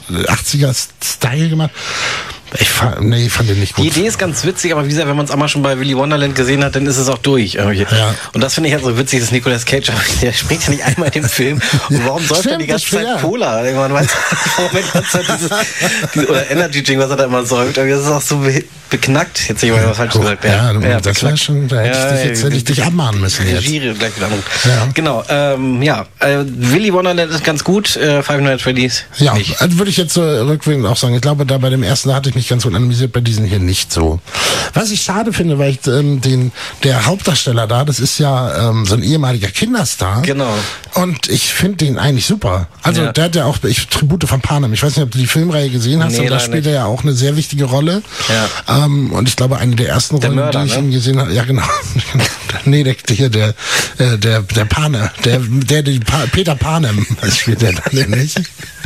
Style gemacht. Ich fand, nee, fand den nicht gut. Die Idee ist ganz witzig, aber wie gesagt, wenn man es einmal schon bei Willy Wonderland gesehen hat, dann ist es auch durch. Irgendwie. Ja. Und das finde ich halt so witzig, dass Nicolas Cage, der spricht ja nicht einmal in dem Film. Und warum säuft er die ganze Stimmt, Zeit ja. Cola? Man weiß warum er die ganze Zeit dieses, dieses, oder Energy Drink, was er da immer säuft. Das ist auch so be beknackt. Jetzt hätte ich mal was falsch gesagt. Ja, ja, das beknackt. wäre schon, da hätte ich dich jetzt hätte ich dich abmahnen müssen jetzt. Regie gleich wieder anrufen. Ja. Genau, ähm, ja. Äh, Willy Wonderland ist ganz gut, äh, Five Nights at Freddy's Ja, nicht. also würde ich jetzt so rückwirkend auch sagen. Ich glaube, da bei dem ersten da hatte ich mich ganz gut analysiert, bei diesen hier nicht so. Was ich schade finde, weil ich ähm, den der Hauptdarsteller da, das ist ja ähm, so ein ehemaliger Kinderstar. Genau. Und ich finde den eigentlich super. Also Ja. der hat ja auch ich, Tribute von Panem. Ich weiß nicht, ob du die Filmreihe gesehen hast, Nee, aber da leider spielt nicht. er ja auch eine sehr wichtige Rolle. Ja. Ähm, und ich glaube, eine der ersten Der Rollen, Mörder, die ich ne? ihn gesehen habe. Ja, genau. nee, der, der hier, der, äh, der, der Pane, der, der, der pa Peter Panem, das spielt der dann nicht.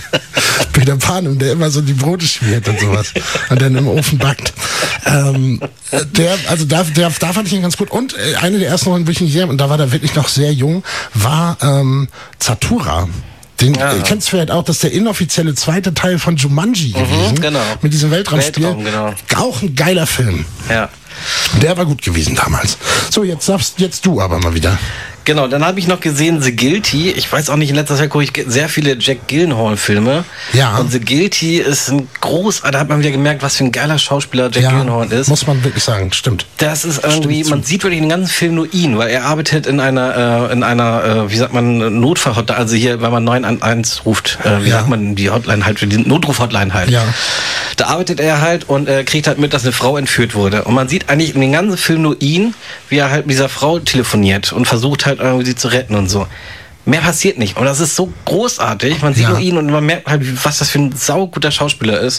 Peter Panem, der immer so die Brote schmiert und sowas und dann im Ofen backt. Ähm, der, also da, der, da fand ich ihn ganz gut. Und äh, eine der ersten Rollen, wo ich ihn gesehen habe, und da war der wirklich noch sehr jung, war ähm, Zathura. Den Ja. äh, kennst du vielleicht auch, das ist der inoffizielle zweite Teil von Jumanji gewesen. genau. Mit diesem Weltraumspiel. Weltraum, genau. Auch ein geiler Film. Ja. Der war gut gewesen damals. So, jetzt darfst jetzt du aber mal wieder. Genau, dann habe ich noch gesehen The Guilty. Ich weiß auch nicht, in letzter Zeit gucke ich sehr viele Jack Gyllenhaal-Filme. Ja. Und The Guilty ist ein groß, da hat man wieder gemerkt, was für ein geiler Schauspieler Jack Ja, Gyllenhaal ist. muss man wirklich sagen, stimmt. Das ist irgendwie, Stimmt man sieht wirklich den ganzen Film nur ihn, weil er arbeitet in einer, äh, in einer, äh, wie sagt man, Notfallhotline, also hier, wenn man neun eins ruft, äh, wie Ja. sagt man, die Hotline halt, die Notruf-Hotline halt. Ja. Da arbeitet er halt und äh, kriegt halt mit, dass eine Frau entführt wurde. Und man sieht eigentlich in den ganzen Film nur ihn, wie er halt mit dieser Frau telefoniert und versucht halt irgendwie sie zu retten und so. Mehr passiert nicht. Und das ist so großartig. Man sieht Ja. nur ihn und man merkt halt, was das für ein sauguter Schauspieler ist.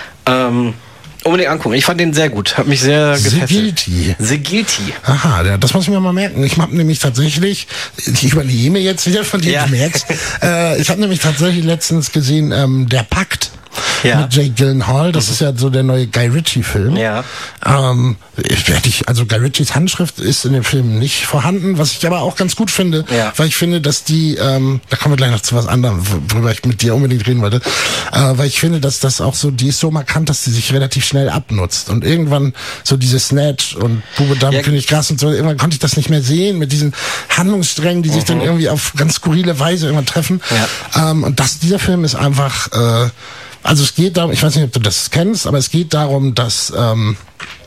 Ähm, unbedingt angucken. Ich fand den sehr gut. Hat mich sehr The gefesselt. Guilty. The Guilty. Aha, ja, das muss ich mir mal merken. Ich habe nämlich tatsächlich, ich übernehme jetzt wieder von dir, Ja. du merkst, äh, ich habe nämlich tatsächlich letztens gesehen, ähm, Der Pakt. Ja. Mit Jake Gyllenhaal, das ist ja so der neue Guy Ritchie-Film. Ja. Ähm, ich, hätte ich, also Guy Ritchies Handschrift ist in dem Film nicht vorhanden, was ich aber auch ganz gut finde, Ja. weil ich finde, dass die, ähm, da kommen wir gleich noch zu was anderem, worüber ich mit dir unbedingt reden wollte, äh, weil ich finde, dass das auch so, die ist so markant, dass sie sich relativ schnell abnutzt und irgendwann so diese Snatch und Bube, Dame, Ja. König, Gras und so, irgendwann konnte ich das nicht mehr sehen mit diesen Handlungssträngen, die sich dann irgendwie auf ganz skurrile Weise irgendwann treffen. Ja. Ähm, und das, dieser Film ist einfach, äh, also es geht darum, ich weiß nicht, ob du das kennst, aber es geht darum, dass ähm,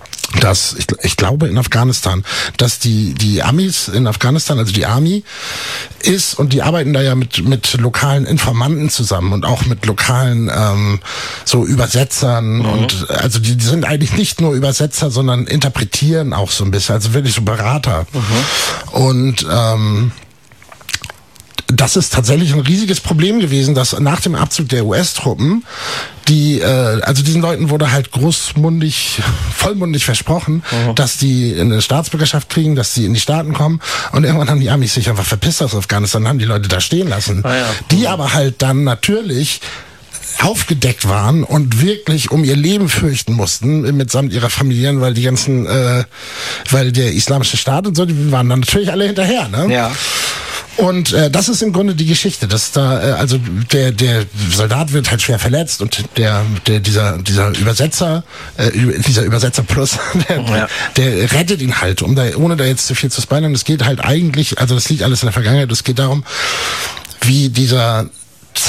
dass ich, ich glaube in Afghanistan, dass die die Amis in Afghanistan, also die Army ist und die arbeiten da ja mit mit lokalen Informanten zusammen und auch mit lokalen ähm, so Übersetzern Mhm. und also die, die sind eigentlich nicht nur Übersetzer, sondern interpretieren auch so ein bisschen, also wirklich so Berater. Mhm. Und ähm, das ist tatsächlich ein riesiges Problem gewesen, dass nach dem Abzug der U S-Truppen, die, äh, also diesen Leuten wurde halt großmundig, vollmundig versprochen, Mhm. dass die eine Staatsbürgerschaft kriegen, dass sie in die Staaten kommen. Und irgendwann haben die Amis sich einfach verpisst aus Afghanistan, haben die Leute da stehen lassen. Ah ja. Die aber halt dann natürlich aufgedeckt waren und wirklich um ihr Leben fürchten mussten, mitsamt ihrer Familien, weil die ganzen, äh, weil der islamische Staat und so, die waren dann natürlich alle hinterher, ne? Ja. Und äh, das ist im Grunde die Geschichte, dass da äh, also der der Soldat wird halt schwer verletzt und der der dieser dieser Übersetzer äh, dieser Übersetzer plus der, Ja. der rettet ihn halt, um da ohne da jetzt zu viel zu spoilern. Es geht halt eigentlich, also das liegt alles in der Vergangenheit. Es geht darum, wie dieser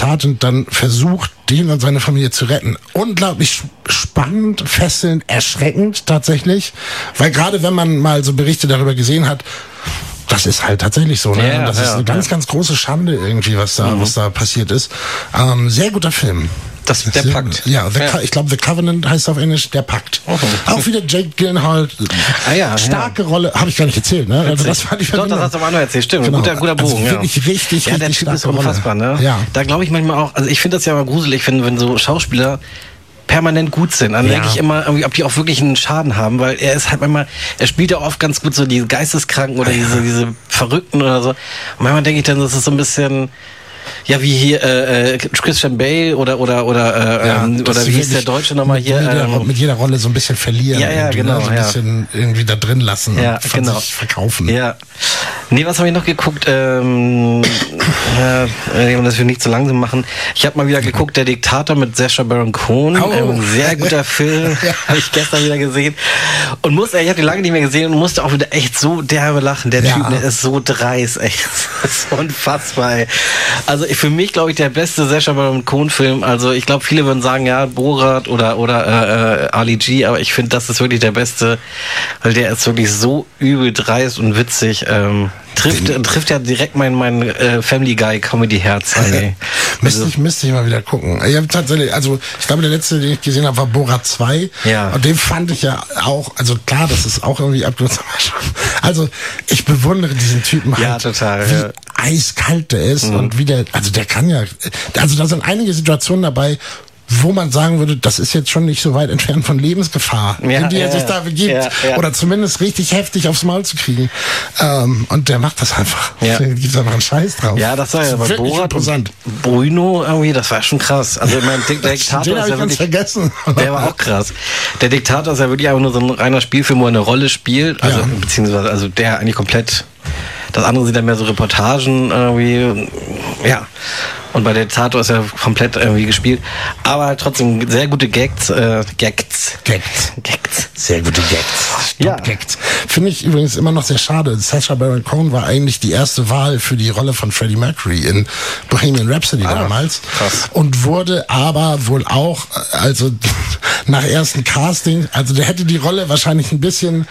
Sergeant dann versucht, den und seine Familie zu retten. Unglaublich spannend, fesselnd, erschreckend tatsächlich, weil gerade wenn man mal so Berichte darüber gesehen hat, das ist halt tatsächlich so, ne? Ja, das ja, ist eine ja. ganz, ganz große Schande irgendwie, was da, Mhm. was da passiert ist. Ähm, sehr guter Film. Das, der Sehr Pakt. gut. Ja, the, Ja. ich glaube, The Covenant heißt auf Englisch der Pakt. Oh. Auch wieder Jake Gyllenhaal. Ah, ja, Starke Rolle, habe ich gar nicht erzählt, ne? Also das war die Doch, das Verbindung. hast du am Anfang erzählt, stimmt. Genau. Guter, guter Bogen, also ja. wirklich richtig, Ja, der richtig Typ ist starke unfassbar, Rolle. ne? Ja. Da glaube ich manchmal auch, also ich finde das ja mal gruselig, wenn, wenn so Schauspieler permanent gut sind. Dann Ja. denke ich immer, irgendwie, ob die auch wirklich einen Schaden haben, weil er ist halt manchmal, er spielt ja oft ganz gut so die Geisteskranken oder diese, diese Verrückten oder so. Und manchmal denke ich dann, das ist so ein bisschen, ja, wie hier äh, äh, Christian Bale oder oder oder äh, Ja, ähm, dass oder sie wie hieß der wirklich Deutsche nochmal mit hier? Jeder, Ähm, mit jeder Rolle so ein bisschen verlieren. Ja, ja, irgendwie, genau, Ne? So ein ja. bisschen irgendwie da drin lassen Ja, und von genau. sich verkaufen. Ja. Nee, was habe ich noch geguckt? Ähm, ja, äh, um das wir nicht zu langsam machen. Ich habe mal wieder geguckt, Der Diktator mit Sacha Baron Cohen. Oh. Ähm, sehr guter Film. Ja. Habe ich gestern wieder gesehen. Und musste, ich habe den lange nicht mehr gesehen und musste auch wieder echt so derbe lachen. Der Ja. Typ, der ist so dreist, echt. Das ist unfassbar, ey. Also ich- für mich, glaube ich, der beste Sacha Baron Cohen-Film. Also ich glaube, viele würden sagen, ja, Borat oder, oder äh, äh, Ali G, aber ich finde, das ist wirklich der beste, weil der ist wirklich so übel dreist und witzig. Ähm, trifft, trifft ja direkt mein, mein äh, Family Guy Comedy-Herz. ey. Müsste ich, müsste ich mal wieder gucken. Ich habe tatsächlich, also ich glaube, der letzte, den ich gesehen habe, war Borat zwei. Ja. Und den fand ich ja auch, also klar, das ist auch irgendwie abgenutzt. Also ich bewundere diesen Typen halt, Ja, total, wie ja. eiskalt der ist und wie der, also der kann ja, also da sind einige Situationen dabei, wo man sagen würde, das ist jetzt schon nicht so weit entfernt von Lebensgefahr, Ja, in die er ja, sich da begibt. ja, ja. Oder zumindest richtig heftig aufs Maul zu kriegen. Ähm, und der macht das einfach. Ja. Der gibt einfach einen Scheiß drauf. Ja, das war ja bei wirklich Borat imposant. und Bruno irgendwie, das war schon krass. Also ich meine, der Diktator Den ist habe ja ich ganz wirklich, vergessen. der war auch krass. Der Diktator ist ja wirklich einfach nur so ein reiner Spielfilm, wo er eine Rolle spielt, also Ja. beziehungsweise also der eigentlich komplett. Das andere sind dann mehr so Reportagen irgendwie, ja. Und bei der Diktator ist er komplett irgendwie gespielt, aber halt trotzdem sehr gute Gags, äh, Gags, Gags. Gags. Sehr gute Gags. Ja. Gags. Finde ich übrigens immer noch sehr schade. Sacha Baron Cohen war eigentlich die erste Wahl für die Rolle von Freddie Mercury in Bohemian Rhapsody Ah, damals. krass. Und wurde aber wohl auch, also nach ersten Casting, also der hätte die Rolle wahrscheinlich ein bisschen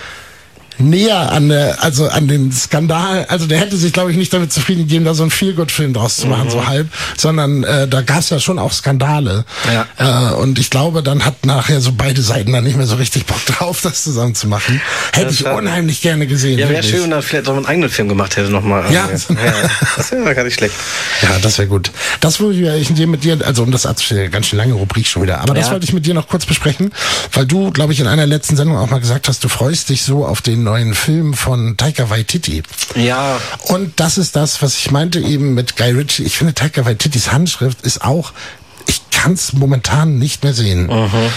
näher an der, also an den Skandal, also der hätte sich, glaube ich, nicht damit zufrieden gegeben, da so einen Feel-Good-Film draus zu machen, Mhm. so halb, sondern äh, da gab es ja schon auch Skandale. Ja. Äh, und ich glaube, dann hat nachher so beide Seiten dann nicht mehr so richtig Bock drauf, das zusammen zu machen. Hätte Das ich war- unheimlich gerne gesehen. Ja, wäre wirklich. schön, wenn er vielleicht auch einen eigenen Film gemacht hätte nochmal. Ja. ja. Das wäre gar nicht schlecht. Ja, das wäre gut. Das wollte ich dir mit dir, also um das abzustellen, ganz schön lange Rubrik schon wieder, aber das Ja. wollte ich mit dir noch kurz besprechen, weil du, glaube ich, in einer letzten Sendung auch mal gesagt hast, du freust dich so auf den neuen Film von Taika Waititi. Ja, Und das ist das, was ich meinte eben mit Guy Ritchie. Ich finde, Taika Waititis Handschrift ist auch, ich kann es momentan nicht mehr sehen.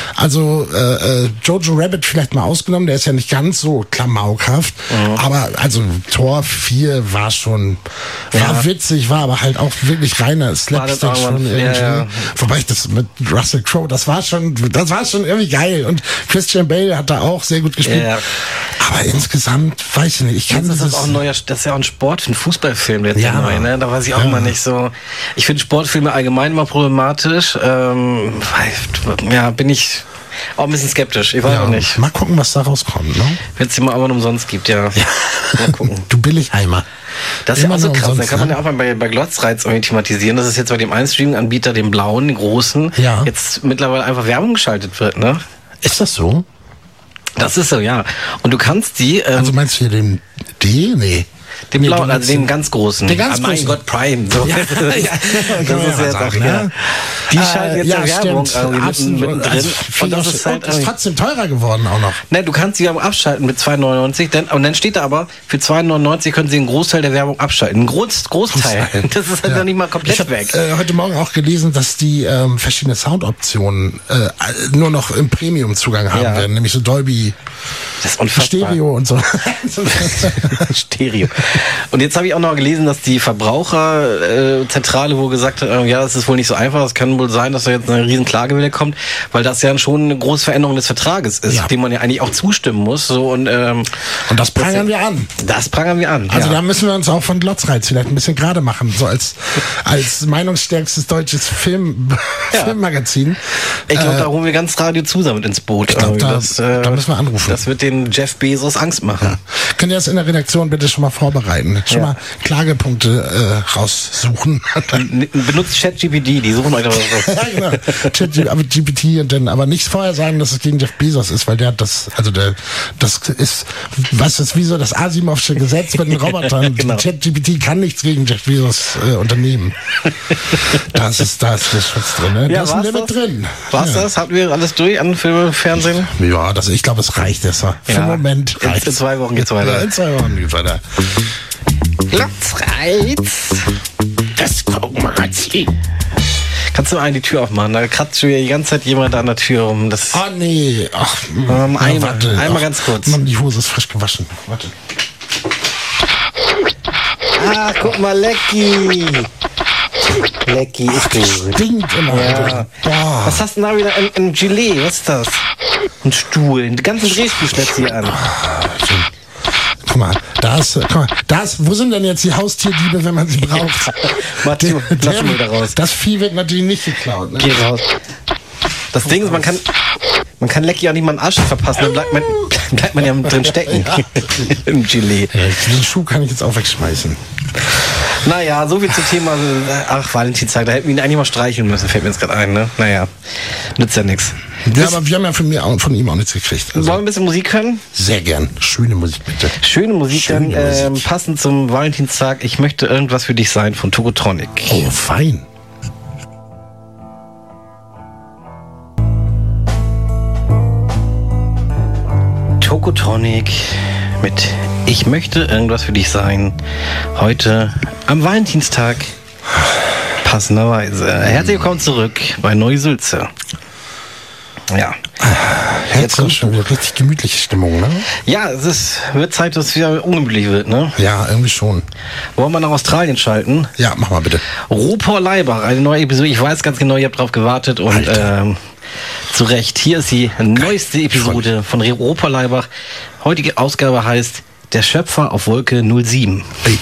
Also äh, äh, Jojo Rabbit vielleicht mal ausgenommen, der ist ja nicht ganz so klamaukhaft, aber also Tor vier war schon, war Ja. witzig, war aber halt auch wirklich reiner Slapstick War das schon irgendwann- irgendwie. ja, ja. Wobei ich das mit Russell Crowe, das war schon, das war schon irgendwie geil. Und Christian Bale hat da auch sehr gut gespielt. Ja. Aber insgesamt weiß ich nicht, ich kann jetzt ist das dieses- auch ein neuer, das ist ja auch ein Sport, ein Fußballfilm jetzt Ja. ja neu, ne? Da weiß ich auch Ja. immer nicht so. Ich finde Sportfilme allgemein immer problematisch. Ähm, weil, ja, bin ich auch ein bisschen skeptisch. Ich weiß ja, auch nicht. mal gucken, was da rauskommt, ne? Wenn es die mal aber umsonst gibt, ja. Mal gucken. Du Billigheimer. Das ist ja Immer auch so nur krass. Da umsonst, kann man ne? ja auch mal bei, bei Glotzreiz irgendwie thematisieren, dass es jetzt bei dem einen Streaming-Anbieter, dem blauen, den großen, Ja. jetzt mittlerweile einfach Werbung geschaltet wird, ne? Ist das so? Das ist so, ja. Und du kannst die, ähm, Also meinst du hier den D? Nee. den nee, blauen, du meinst also den ganz großen. Den ganz ah, mein großen. Gott, Prime. So. Ja, ja, das kann man ist ja jetzt sagen, auch, ja. ne? Die Äh, schalten jetzt ja, ja Werbung stimmt. irgendwie mitten, Absolut. mittendrin. Also, und das viel ist halt und ist irgendwie, trotzdem teurer geworden auch noch. ne, du kannst die Werbung abschalten mit zwei neunundneunzig, denn, und dann steht da aber, für zwei neunundneunzig können sie einen Großteil der Werbung abschalten. Ein Groß, Großteil. Das ist halt Ja. noch nicht mal komplett ich hab, weg. Äh, heute Morgen auch gelesen, dass die ähm, verschiedene Soundoptionen äh, nur noch im Premium-Zugang haben Ja. werden, nämlich so Dolby Das ist unfassbar. Stereo und so. Stereo. Und jetzt habe ich auch noch gelesen, dass die Verbraucherzentrale äh, wohl gesagt hat, äh, ja, das ist wohl nicht so einfach. Es kann wohl sein, dass da jetzt eine riesen Klagewelle kommt, weil das ja schon eine große Veränderung des Vertrages ist, Ja. dem man ja eigentlich auch zustimmen muss. So, und, ähm, Und das prangern wir an. Das prangern wir an. Also ja. da müssen wir uns auch von Glotzreiz vielleicht ein bisschen gerade machen, so als, als meinungsstärkstes deutsches Film, Ja. Filmmagazin. Ich glaube, Äh, da holen wir ganz Radio zusammen mit ins Boot. Ich glaub, Irgendwie. da- das, äh, da müssen wir anrufen. Das wird den Jeff Bezos Angst machen. Könnt ihr das in der Redaktion bitte schon mal vorbereiten? Schon Ja. mal Klagepunkte äh, raussuchen. N- Benutzt ChatGPT, die suchen euch da was raus. Ja, genau. Chat- aber G P T und dann aber nicht vorher sagen, dass es gegen Jeff Bezos ist, weil der hat das, also der, das ist, was ist wie so das Asimovsche Gesetz bei den Robotern. Genau. ChatGPT kann nichts gegen Jeff Bezos äh, unternehmen. Das ist, da ist der Schutz drin, ne? Da ist ein war's Limit das? drin. War's Ja. das? Hatten wir alles durch an Filme, Fernsehen? Ja, das, ich glaube, es reicht erstmal. Für Ja. den Moment In- reicht in zwei Wochen geht's weiter. Ja, in zwei Wochen geht's weiter. Glotzreiz. Das Guckmagazin. Kannst du eigentlich die Tür aufmachen? Da kratzt schon wieder die ganze Zeit jemand an der Tür rum. Das, Oh nee. Ach, Ähm, ja, einmal- warte. einmal Ach, ganz kurz. Mann, die Hose ist frisch gewaschen. Warte. ah, guck mal, Lecky. Lecky ist gut. Stinkt immer. Ja. Boah. Was hast du denn da wieder? Ein, ein Gelee, was ist das? Ein Stuhl. Den ganzen Drehstuhl schleppt sie an. Guck mal, da ist, guck mal, da ist, wo sind denn jetzt die Haustierdiebe, wenn man sie braucht? Mathieu, lass mal wieder raus. Das Vieh wird natürlich nicht geklaut. Ne? Geh raus. Das Ding ist, man kann, man kann Lecky auch nicht mal einen Arsch verpassen, dann bleibt man, bleibt man ja drin stecken. Im Gelee. Ja, den Schuh kann ich jetzt auch wegschmeißen. Naja, so viel zum Thema, äh, ach, Valentinstag, da hätten wir ihn eigentlich mal streicheln müssen, fällt mir jetzt gerade ein, ne? Naja, nützt ja nichts. Ja, aber wir haben ja von, mir auch, von ihm auch nichts gekriegt. Also, Wollen wir ein bisschen Musik hören? sehr gern. Schöne Musik, bitte. Schöne Musik, Schöne dann ähm, Musik. passend zum Valentinstag. Ich möchte irgendwas für dich sein von Tokotronic. Oh, fein. Tokotronic mit Ich möchte irgendwas für dich sein. Heute am Valentinstag. Passenderweise. Herzlich willkommen zurück bei Neusülze. Ja. Jetzt kommt schon wieder richtig gemütliche Stimmung, ne? Ja, es ist, wird Zeit, dass es wieder ungemütlich wird, ne? Ja, irgendwie schon. Wollen wir nach Australien schalten? Ja, mach mal bitte. Ruper Leibach, eine neue Episode. Ich weiß ganz genau, ihr habt drauf gewartet und ähm, zu Recht. Hier ist die neueste Episode von Ruper Leibach. Heutige Ausgabe heißt Der Schöpfer auf Wolke null sieben. Hey.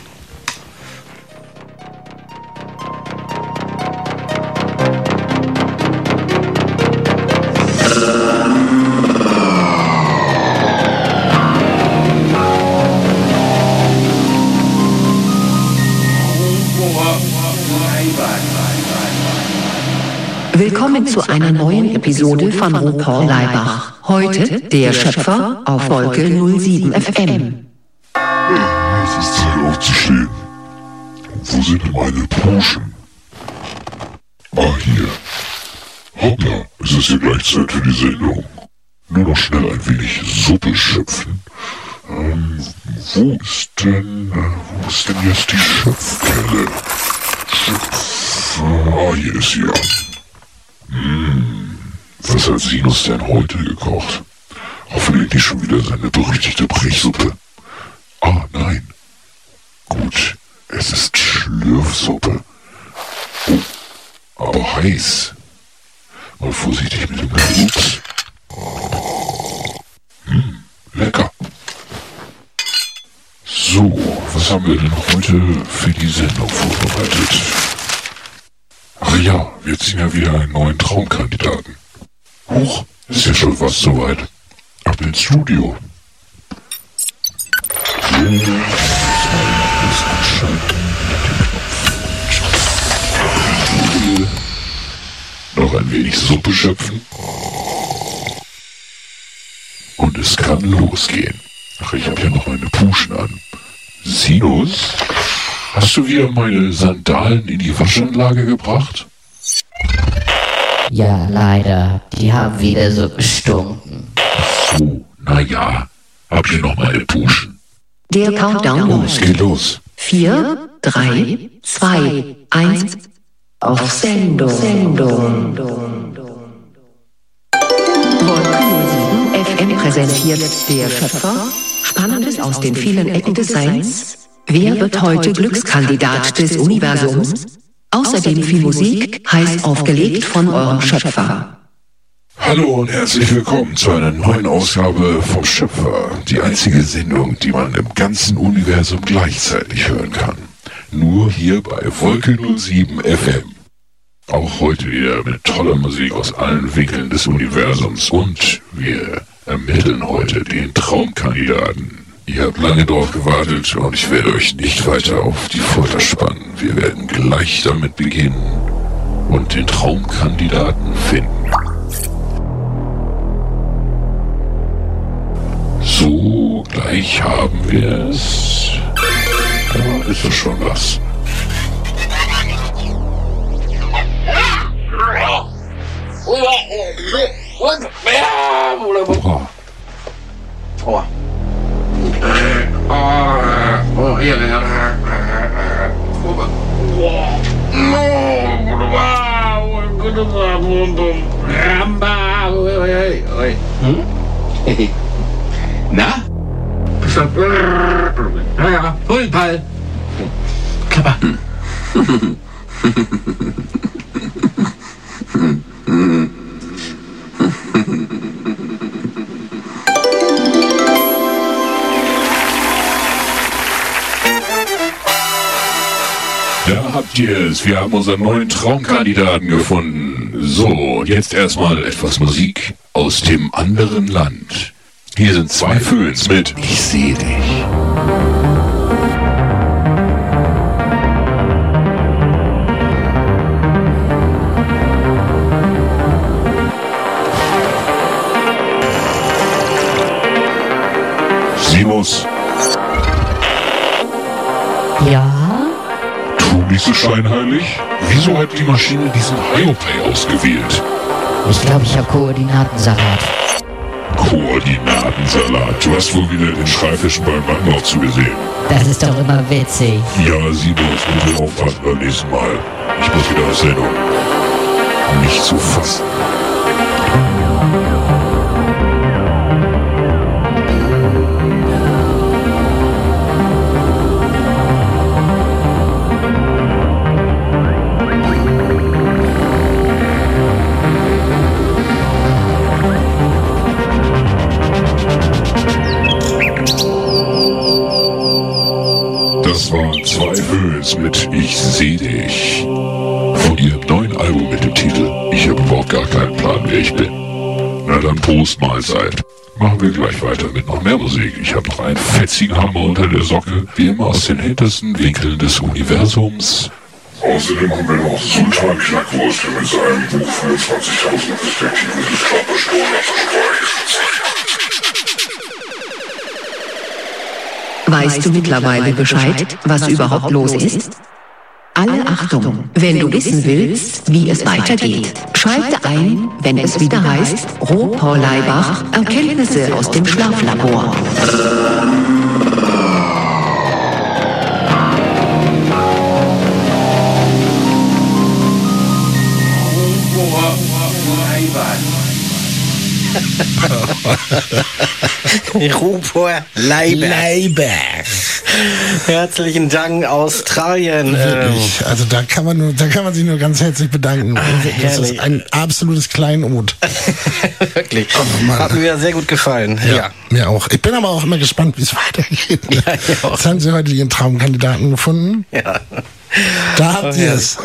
Willkommen zu einer neuen Episode von RuPaul Leibach. Heute der Schöpfer auf Wolke null sieben F M. Es ist Zeit aufzustehen. Wo sind denn meine Puschen? Ah, hier. Hoppla, es ist ja gleich Zeit für die Sendung. Nur noch schnell ein wenig Suppe schöpfen. Ähm, wo ist denn, äh, wo ist denn jetzt die Schöpfkelle? Schöpf... Ah, hier ist sie ja. Hm, was hat Sinus denn heute gekocht? Hoffentlich nicht schon wieder seine berüchtigte Brechsuppe. Ah, nein. Gut, es ist Schlürfsuppe. Oh, aber heiß. Mal vorsichtig mit dem Ups. Hm, lecker. So, was haben wir denn heute für die Sendung vorbereitet? Ach ja, wir ziehen ja wieder einen neuen Traumkandidaten. Huch, ist ja schon fast soweit. Ab ins Studio. So, das anschalten mit dem Knopf. Noch ein wenig Suppe schöpfen. Und es kann losgehen. Ach, ich habe ja noch meine Puschen an. Sinus? Hast du wieder meine Sandalen in die Waschanlage gebracht? Ja, leider. Die haben wieder so gestunken. So, naja. Habt ihr noch meine Puschen? Der Countdown Oh, es geht los. vier, drei, zwei, eins. Auf Sendung. Sendung. Wolke null sieben F M präsentiert der Schöpfer, Spannendes aus den vielen Ecken des Seins? Wer wird heute Glückskandidat des Universums? Außerdem viel Musik, heiß aufgelegt von eurem Schöpfer. Hallo und herzlich willkommen zu einer neuen Ausgabe vom Schöpfer. Die einzige Sendung, die man im ganzen Universum gleichzeitig hören kann. Nur hier bei Wolke null sieben F M. Auch heute wieder mit toller Musik aus allen Winkeln des Universums und wir ermitteln heute den Traumkandidaten. Ihr habt lange drauf gewartet und ich werde euch nicht weiter auf die Folter spannen. Wir werden gleich damit beginnen und den Traumkandidaten finden. So, gleich haben wir es. Da ist doch schon was. Oh. Oh. Oh, ja, ja. Hm? Na? Ja, ja, hol den Ball. Klapper. Da habt ihr es. Wir haben unseren neuen Traumkandidaten gefunden. So, und jetzt erstmal etwas Musik aus dem anderen Land. Hier sind zwei Föhns mit Ich seh dich. Simos. Ja? Tu nicht so scheinheilig. Wieso hat die Maschine diesen Hyopai ausgewählt? Ich glaube, ich habe Koordinatensalat. Koordinatensalat. Du hast wohl wieder den Schreifischen beim Landlauf zugesehen. Das ist doch immer witzig. Ja, Simos, bitte aufpassen beim nächsten Mal. Ich muss wieder auf Sendung. Nicht zu fassen. Das waren zwei Föhns mit Ich seh dich. Von ihrem neuen Album mit dem Titel Ich hab überhaupt gar keinen Plan, wer ich bin. Na dann Prost, Mahlzeit. Machen wir gleich weiter mit noch mehr Musik. Ich habe noch einen fetzigen Hammer unter der Socke, wie immer aus den hintersten Winkeln des Universums. Außerdem haben wir noch Sultan Knackwurst mit seinem Buch fünfundzwanzigtausend Perspektiven des Körperstorners Weißt du mittlerweile Bescheid, was überhaupt los ist? Alle Achtung, wenn du wissen willst, wie es weitergeht, schalte ein, wenn es wieder heißt Ruhrpol Laibach, Erkenntnisse aus dem Schlaflabor. Ruhrpol Laibach. Laibach. Herzlichen Dank, Australien. Wirklich. Also da kann man nur, da kann man sich nur ganz herzlich bedanken. Ah, das herrlich. ist ein absolutes Kleinod. Wirklich. Oh, Hat mir sehr gut gefallen. Ja. Ja, mir auch. Ich bin aber auch immer gespannt, wie es weitergeht. Ja, ich auch. Jetzt haben Sie heute Ihren Traumkandidaten gefunden. Ja. Da habt ihr es.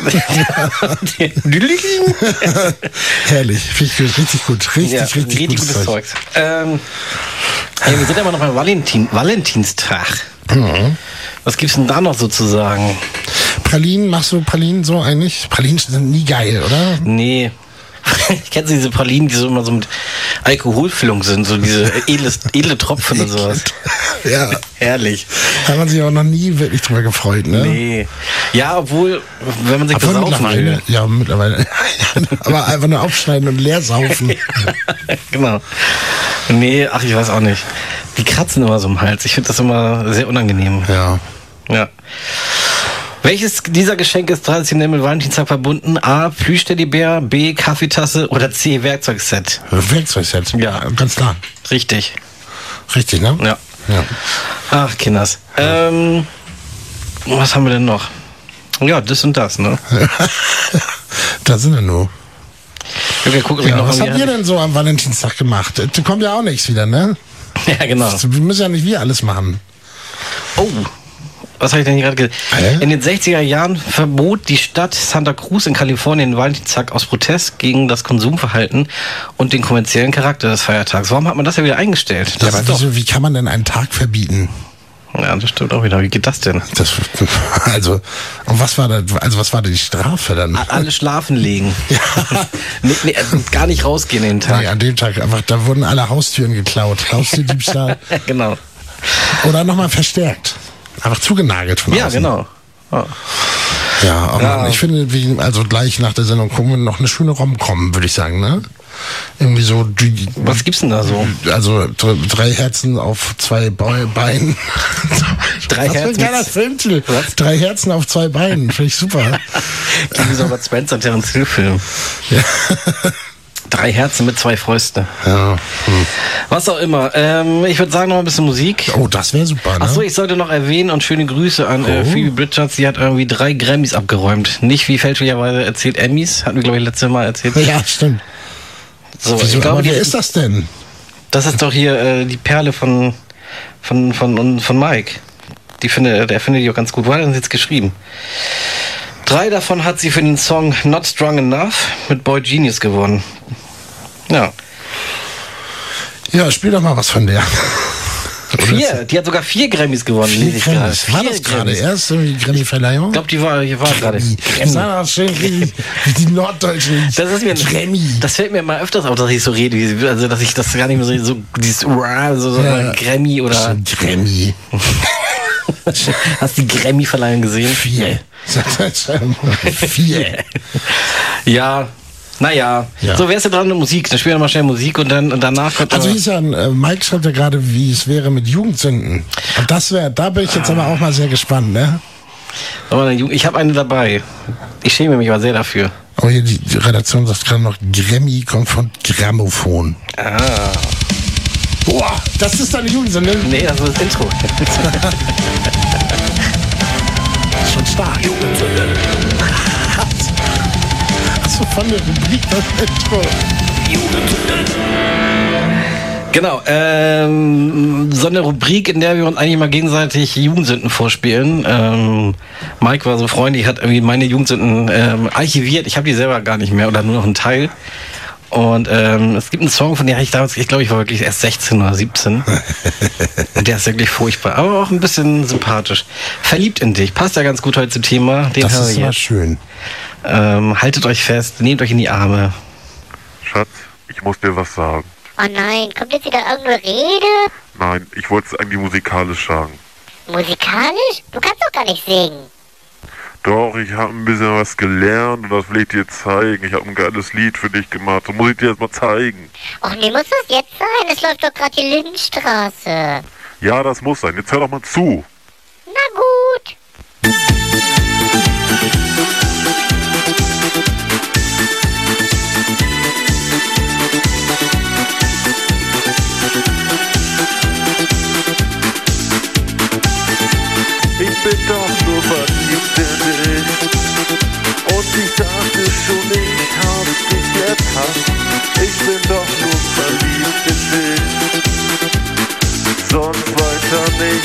Herrlich. Richtig gut, richtig gut. Richtig, Ja, richtig, richtig gutes gutes Zeug. Zeug. Ähm, hey, wir sind aber noch beim Valentin, Valentinstag. Mhm. Was gibt's denn da noch sozusagen? Pralinen, machst du Pralinen so eigentlich? Pralinen sind nie geil, oder? Nee. Kennst du diese Pralinen, die so immer so mit Alkoholfüllung sind, so diese edle, edle Tropfen und sowas? Ja. Herrlich. Hat man sich auch noch nie wirklich drüber gefreut, ne? Nee. Ja, obwohl, wenn man sich Obwohl besaufen mittlerweile, will. ja, mittlerweile. Aber einfach nur aufschneiden und leer saufen. Genau. Nee, ach, ich weiß auch nicht. Die kratzen immer so im Hals. Ich finde das immer sehr unangenehm. Ja. Ja. Welches dieser Geschenke ist traditionell mit Valentinstag verbunden? A. Plüschteddybär, B. Kaffeetasse oder C. Werkzeugset? Werkzeugset. Ja. Ganz klar. Richtig. Richtig, ne? Ja. Ja. Ach, Kinders. Ähm, was haben wir denn noch? Ja, das und das, ne? Da sind wir nur. Okay, guck, Ja, noch was mal habt ihr denn so am Valentinstag gemacht? Da kommt ja auch nichts wieder, ne? Ja, genau. Wir müssen ja nicht wir alles machen. Oh, was habe ich denn hier gerade gesagt? Hä? In den sechziger Jahren verbot die Stadt Santa Cruz in Kalifornien den Valentinstag aus Protest gegen das Konsumverhalten und den kommerziellen Charakter des Feiertags. Warum hat man das ja wieder eingestellt? Ja, Das aber ist doch, wieso, wie kann man denn einen Tag verbieten? ja, das stimmt auch wieder. Wie geht das denn? Das, also, und was war da, also was war da die Strafe dann? Alle schlafen legen. nee, nee, gar nicht rausgehen den Tag. Nee, an dem Tag einfach, da wurden alle Haustüren geklaut. Haustürdiebstahl. Genau. Oder nochmal verstärkt. Einfach zugenagelt von Ja, außen. genau. Oh. Ja, oh Ja. Mann, ich finde, wie, also gleich nach der Sendung kommen wir noch eine schöne Rom-Com, würde ich sagen, ne? Irgendwie so, die, Was gibt's denn da so? also dr- drei Herzen auf zwei Beu- Beinen. Drei Was für ein Herzen geiler mit- Filmtitel. Was? Drei Herzen auf zwei Beinen, finde ich super. Wie so ein Bud Spencer und Terence Hill Film. Drei Herzen mit zwei Fäuste. Ja. Hm. Was auch immer. Ähm, ich würde sagen, noch ein bisschen Musik. Oh, das wäre super, ne? Achso, ich sollte noch erwähnen und schöne Grüße an äh, Oh. Phoebe Bridgers. Sie hat irgendwie drei Grammys abgeräumt. Nicht wie fälschlicherweise erzählt Emmys. Hatten wir, glaube ich, letztes Mal erzählt. Ja, stimmt. So, Wieso, ich glaube, aber die, wer ist das denn? das ist doch hier äh, die Perle von, von, von, von Mike. Die finde, der findet die auch ganz gut. Wo hat er denn jetzt geschrieben? Drei davon hat sie für den Song Not Strong Enough mit Boy Genius gewonnen. Ja. Ja, spiel doch mal was von der. Vier. Die hat sogar vier Grammys gewonnen. Vier lese ich gerade. Grammys. War Vier das gerade Grammys. erst irgendwie Grammy-Verleihung? Ich glaube, die war, die war gerade. Das war doch schön wie, wie die Norddeutschen. Das ist mir Grammy. Das fällt mir mal öfters auf, dass ich so rede, wie- also dass ich das gar nicht mehr so, so dieses Uah, so, so Ja. Grammy oder Grammy. hast du die Grammy-Verleihung gesehen? Vier. Vier. Ja, naja. Ja. So, wer ist denn dran mit Musik? Dann spielen wir mal schnell Musik und dann und danach kommt Also aber- wie ist ja, äh, Mike schreibt ja gerade, wie es wäre mit Jugendsünden. Und das wäre, da bin ich jetzt aber auch mal sehr gespannt, ne? aber eine Ju- ich habe eine dabei. Ich schäme mich aber sehr dafür. Oh, hier die, die Redaktion sagt gerade noch, Grammy kommt von Grammophon. Ah. Boah, das ist deine Jugendsünde? Nee, das ist das Intro. Schon stark. Achso, von der Rubrik das Intro. Genau, ähm, so eine Rubrik, in der wir uns eigentlich mal gegenseitig Jugendsünden vorspielen. Ähm, Mike war so freundlich, hat irgendwie meine Jugendsünden ähm, archiviert. Ich habe die selber gar nicht mehr oder nur noch einen Teil. Und ähm, es gibt einen Song, von dem ich damals, ich glaube, ich war wirklich erst sechzehn oder siebzehn. Und der ist wirklich furchtbar, aber auch ein bisschen sympathisch. Verliebt in dich, passt ja ganz gut heute zum Thema. Den Das hören ist wir mal jetzt. schön. Ähm, haltet euch fest, nehmt euch in die Arme. Schatz, ich muss dir was sagen. Oh nein, kommt jetzt wieder irgendeine Rede? Nein, ich wollte es eigentlich musikalisch sagen. Musikalisch? Du kannst doch gar nicht singen. Doch, ich habe ein bisschen was gelernt und das will ich dir zeigen. Ich habe ein geiles Lied für dich gemacht. Das muss ich dir jetzt mal zeigen. Och nee, muss das jetzt sein? Es läuft doch gerade die Lindenstraße. Ja, das muss sein. Jetzt hör doch mal zu. Na gut. Ich bin doch nur verliebt in dich. Und ich dachte schon, ich hab dich ertappt. Ich bin doch nur verliebt in dich. Sonst weiter nicht.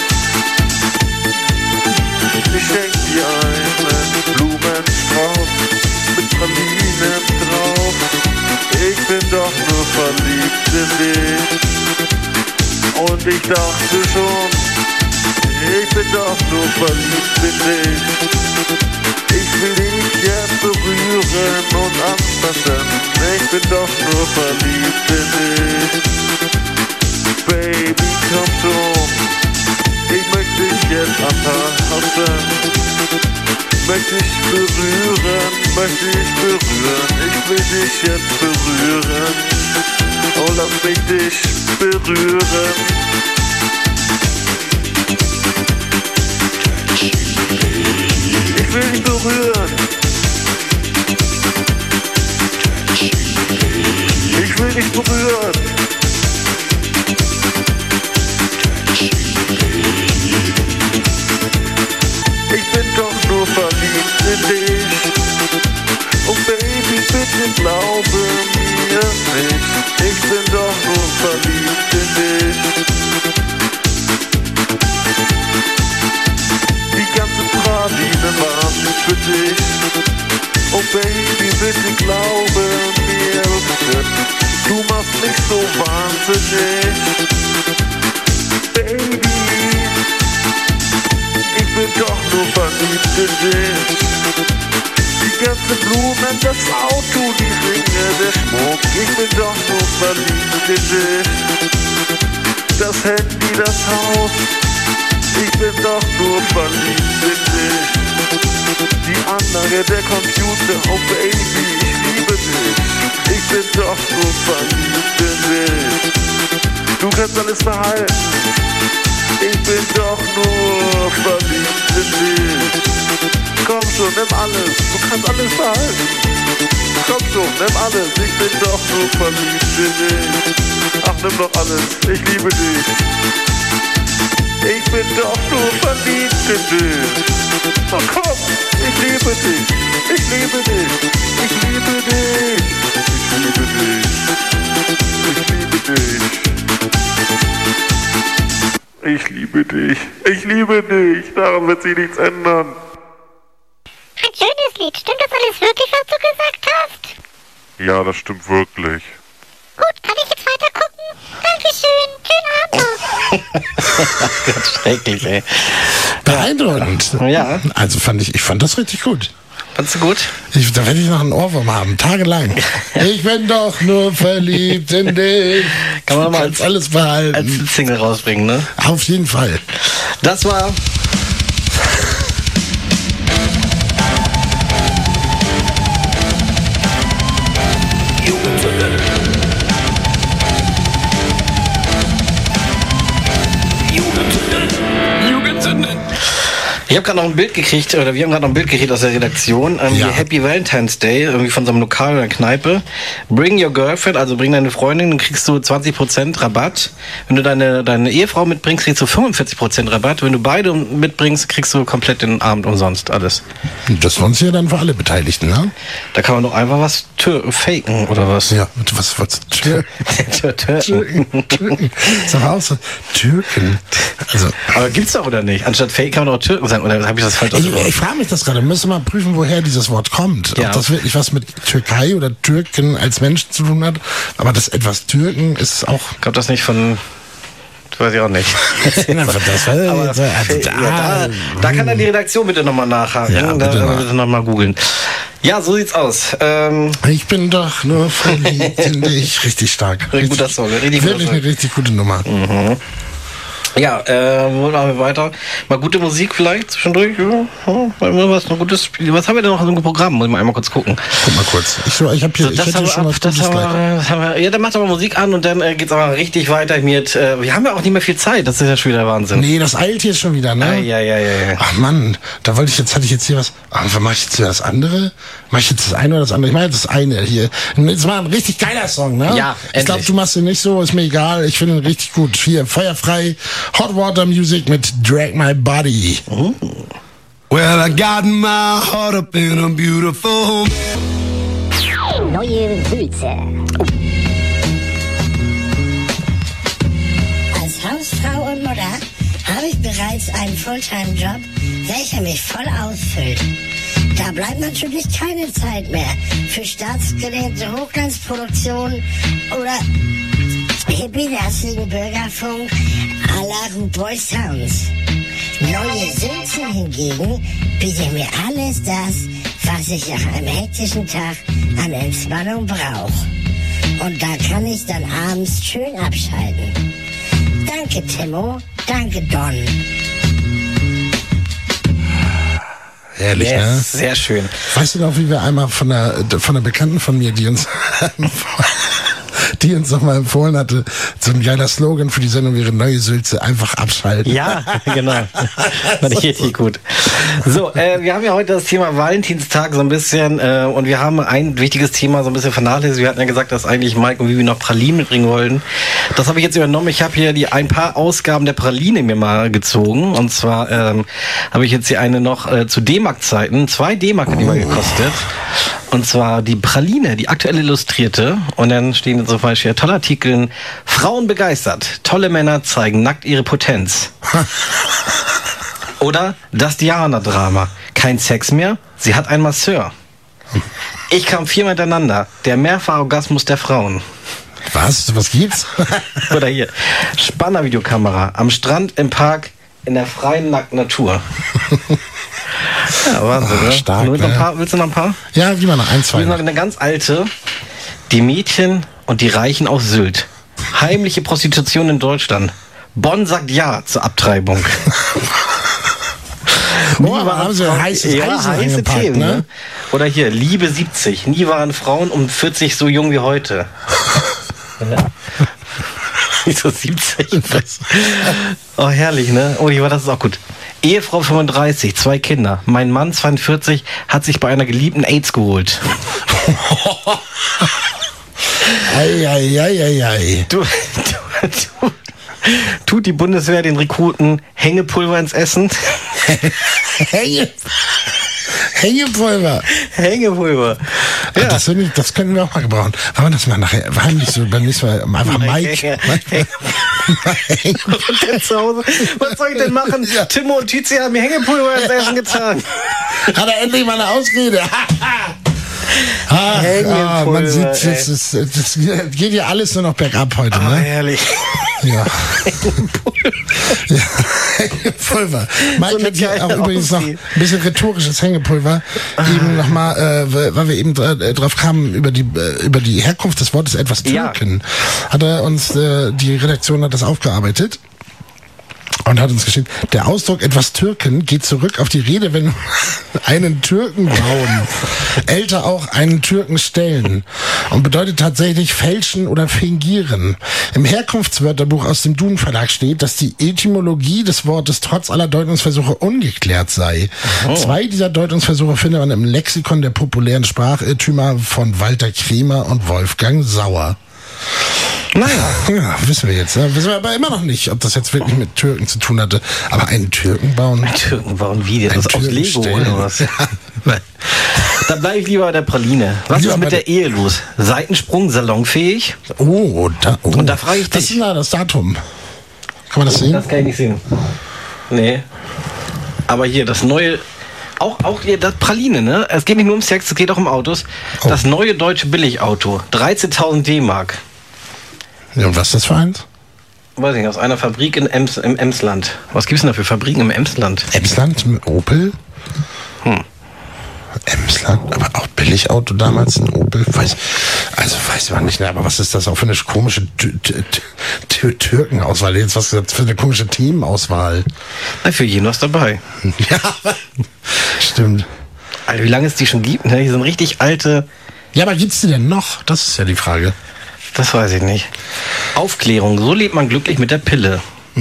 Ich schenk dir einen Blumenstrauß mit Pralinen drauf. Ich bin doch nur verliebt in dich. Und ich dachte schon, ich bin doch nur verliebt in dich. Ich will dich jetzt berühren und anfassen. Ich bin doch nur verliebt in dich. Baby, komm schon. Ich möchte dich jetzt anfassen. Möchte ich berühren, möchte ich berühren. Ich will dich jetzt berühren. Oh, lass mich dich berühren. Ich will dich berühren. Ich will dich berühren. verliebt in dich. Oh Baby, bitte glaube mir nicht, ich bin doch nur verliebt in dich. Die ganze Praline war nicht für dich. Oh Baby, bitte glaube mir, du machst mich so wahnsinnig. Baby, ich bin doch nur verliebt in dich. Die ganze Blumen, das Auto, die Ringe, der Schmuck, ich bin doch nur verliebt in dich. Das Handy, das Haus, ich bin doch nur verliebt in dich. Die Anlage, der Computer, oh Baby, ich liebe dich. Ich bin doch nur verliebt in dich. Du kannst alles behalten. Ich bin doch nur verliebt in dich. Komm schon, nimm alles. Du kannst alles behalten. Komm schon, nimm alles. Ich bin doch nur verliebt in dich. Ach, nimm doch alles. Ich liebe dich. Ich bin doch nur verliebt in dich. Oh komm, ich liebe dich. Ich liebe dich. Ich liebe dich. Ich liebe dich. Ich liebe dich. Ich liebe dich. Ich liebe dich. Daran wird sich nichts ändern. Ein schönes Lied. Stimmt das alles wirklich, was du gesagt hast? Ja, das stimmt wirklich. Gut, kann ich jetzt weiter gucken? Dankeschön. Schönen Abend noch. Ganz schrecklich, ey. Beeindruckend. Ja. Also fand ich, ich fand das richtig gut. Fandst du gut? Ich, da werde ich noch einen Ohrwurm haben, tagelang. Ich bin doch nur verliebt in dich. Kann man mal als, alles behalten. Als Single rausbringen, ne? Auf jeden Fall. Das war... Ich habe gerade noch ein Bild gekriegt, oder wir haben gerade noch ein Bild gekriegt aus der Redaktion. Ähm, Ja. hier Happy Valentine's Day, irgendwie von so einem Lokal oder Kneipe. Bring your girlfriend, also bring deine Freundin, dann kriegst du zwanzig Prozent Rabatt. Wenn du deine, deine Ehefrau mitbringst, kriegst du fünfundvierzig Prozent Rabatt. Wenn du beide mitbringst, kriegst du komplett den Abend umsonst alles. Das lohnt sich ja dann für alle Beteiligten, ne? Da kann man doch einfach was tür- faken, oder was? Ja, was, was, Tür, Tür- Tür- Türken, Türken. Sag mal aus, Türken. Also, Aber gibt's doch oder nicht? Anstatt fake kann man auch Türken sagen, oder habe ich das falsch ich, ausgesprochen? ich frage mich das gerade. Müssen wir mal prüfen, woher dieses Wort kommt. Ja. Ob das wirklich was mit Türkei oder Türken als Menschen zu tun hat. Aber das etwas Türken ist auch... Kommt das nicht von... Das weiß ich auch nicht. das, Aber, also, ja, da, da kann dann die Redaktion bitte nochmal nachhaken. Ja, da bitte mal. bitte nochmal googeln. Ja, so sieht's aus. Ähm, Ich bin doch nur verliebt in dich. Richtig stark. Richtig guter Song, richtig guter Wirklich Song. eine richtig gute Nummer. mhm. Ja, äh, wo machen wir weiter? Mal gute Musik vielleicht zwischendurch? Ja, ja, was, ein gutes Spiel. Was haben wir denn noch in so einem Programm? Muss ich mal einmal kurz gucken. Guck mal kurz. Ich, so, ich habe hier, So, ich das hätte haben hier wir schon ab, was das Gutes haben gleich. wir, das haben wir, ja, dann macht doch mal Musik an und dann äh, geht's aber richtig weiter mit, äh, wir haben ja auch nicht mehr viel Zeit, das ist ja schon wieder Wahnsinn. Nee, das eilt jetzt schon wieder, ne? Ja, ja, ja, ja. Ach Mann, da wollte ich jetzt, hatte ich jetzt hier was. Ah, mach ich jetzt hier das andere? Mach ich jetzt das eine oder das andere? Ich meine das eine hier. Jetzt mal ein richtig geiler Song, ne? Ja, Ich glaube, endlich. du machst den nicht so, ist mir egal. Ich finde ihn richtig gut. Hier, feuerfrei, Hot Water Music mit Drag My Body. Oh. Well, I got my heart up in a beautiful. Neue Hülse. Als Hausfrau und Mutter habe ich bereits einen Fulltime-Job, welcher mich voll ausfüllt. Da bleibt natürlich keine Zeit mehr für staatsgelehnte Hochglanzproduktionen oder hippie-lastigen Bürgerfunk à la RuPaul Sounds. Neue Sülze hingegen bietet mir alles das, was ich nach einem hektischen Tag an Entspannung brauche. Und da kann ich dann abends schön abschalten. Danke, Timo. Danke, Don. Herrlich, Yes, ne? sehr schön. Weißt du noch, wie wir einmal von einer, von einer Bekannten von mir, die uns, die uns nochmal empfohlen hatte, so ein geiler Slogan für die Sendung wäre neue Sülze, einfach abschalten. Ja, genau. Fand ich richtig gut. So, äh, wir haben ja heute das Thema Valentinstag so ein bisschen äh, und wir haben ein wichtiges Thema so ein bisschen vernachlässigt. Wir hatten ja gesagt, dass eigentlich Mike und Vivi noch Pralinen mitbringen wollten. Das habe ich jetzt übernommen. Ich habe hier die ein paar Ausgaben der Praline mir mal gezogen. Und zwar ähm, habe ich jetzt hier eine noch äh, zu D-Mark-Zeiten. Zwei D-Mark hat die mal gekostet. Und zwar die Praline, die aktuell Illustrierte. Und dann stehen zum Beispiel tolle Artikel. Frauen begeistert. Tolle Männer zeigen nackt ihre Potenz. Oder das Diana-Drama. Kein Sex mehr, sie hat einen Masseur. Ich kam viermal hintereinander. Der Mehrfachorgasmus der Frauen. Was? Was gibt's? Oder hier. Spanner-Videokamera. Am Strand, im Park, in der freien, nackten Natur. Ja, Wahnsinn, oh, ne? Stark, Willst du noch ein ne? paar? Willst du noch ein paar? Ja, gib mal noch ein, zwei. Wir noch eine ganz alte. Die Mädchen und die Reichen auf Sylt. Heimliche Prostitution in Deutschland. Bonn sagt Ja zur Abtreibung. Oh, aber haben sie heißes ja, Eisen heiße eingepackt, Themen, ne? ne? Oder hier, Liebe siebzig. Nie waren Frauen um vierzig so jung wie heute. Wieso siebzig? Oh, herrlich, ne? Oh, die war das ist auch gut. Ehefrau fünfunddreißig, zwei Kinder. Mein Mann zweiundvierzig hat sich bei einer Geliebten AIDS geholt. Ei, ei, ei, ei, ei. Du, du, du, tut die Bundeswehr den Rekruten Hängepulver ins Essen? Hänge, Hängepulver. Hängepulver. Ja. Das, finde ich, das können wir auch mal gebrauchen. Wollen wir das mal nachher, heimlich so beim nächsten Mal einfach Mike. Mike. Zu Hause. Was soll ich denn machen? Ja. Timo und Tizi haben mir Hängepulver ins Essen getan. Hat er endlich mal eine Ausrede. Ah, ah, man sieht, das, ist, das geht ja alles nur noch bergab heute. Oh, ne? Herrlich. Ja. Ja, Hängepulver. Mike So hat hier auch übrigens noch ein bisschen rhetorisches Hängepulver. Ah. Eben nochmal, äh, weil wir eben äh, drauf kamen, über die, äh, über die Herkunft des Wortes etwas Türken. Ja. Hat er uns, äh, die Redaktion hat das aufgearbeitet. Und hat uns geschrieben, der Ausdruck etwas Türken geht zurück auf die Redewendung einen Türken bauen, älter auch einen Türken stellen und bedeutet tatsächlich fälschen oder fingieren. Im Herkunftswörterbuch aus dem Duden Verlag steht, dass die Etymologie des Wortes trotz aller Deutungsversuche ungeklärt sei. Oh. Zwei dieser Deutungsversuche findet man im Lexikon der populären Sprachirrtümer von Walter Kremer und Wolfgang Sauer. Naja, ja, wissen wir jetzt. Ne? Wissen wir aber immer noch nicht, ob das jetzt wirklich mit Türken zu tun hatte. Aber einen Türken bauen? Einen Türken bauen, wie denn? Das aus Lego oder was? Ja. Da bleibe ich lieber bei der Praline. Was lieber ist mit der, der Ehe los? Seitensprung salonfähig? Oh, da, oh. Und da frage ich dich. Das ist da das Datum. Kann man das sehen? Das kann ich nicht sehen. Nee. Aber hier, das neue... Auch, auch hier das Praline, ne? Es geht nicht nur um Sex, es geht auch um Autos. Oh. Das neue deutsche Billigauto. dreizehntausend D-Mark. Ja, und was ist das für eins? Weiß ich nicht, aus einer Fabrik in Ems, im Emsland. Was gibt's denn da für Fabriken im Emsland? Emsland? Opel? Hm. Emsland, aber auch Billigauto damals, ein Opel, weiß, also weiß man nicht, ne, aber was ist das auch für eine komische Türkenauswahl, jetzt was für eine komische Themenauswahl? Na, für jeden was dabei. Ja, stimmt. Alter, wie lange es die schon gibt, ne? Die sind richtig alte... Ja, aber gibt's die denn noch? Das ist ja die Frage. Das weiß ich nicht. Aufklärung, so lebt man glücklich mit der Pille.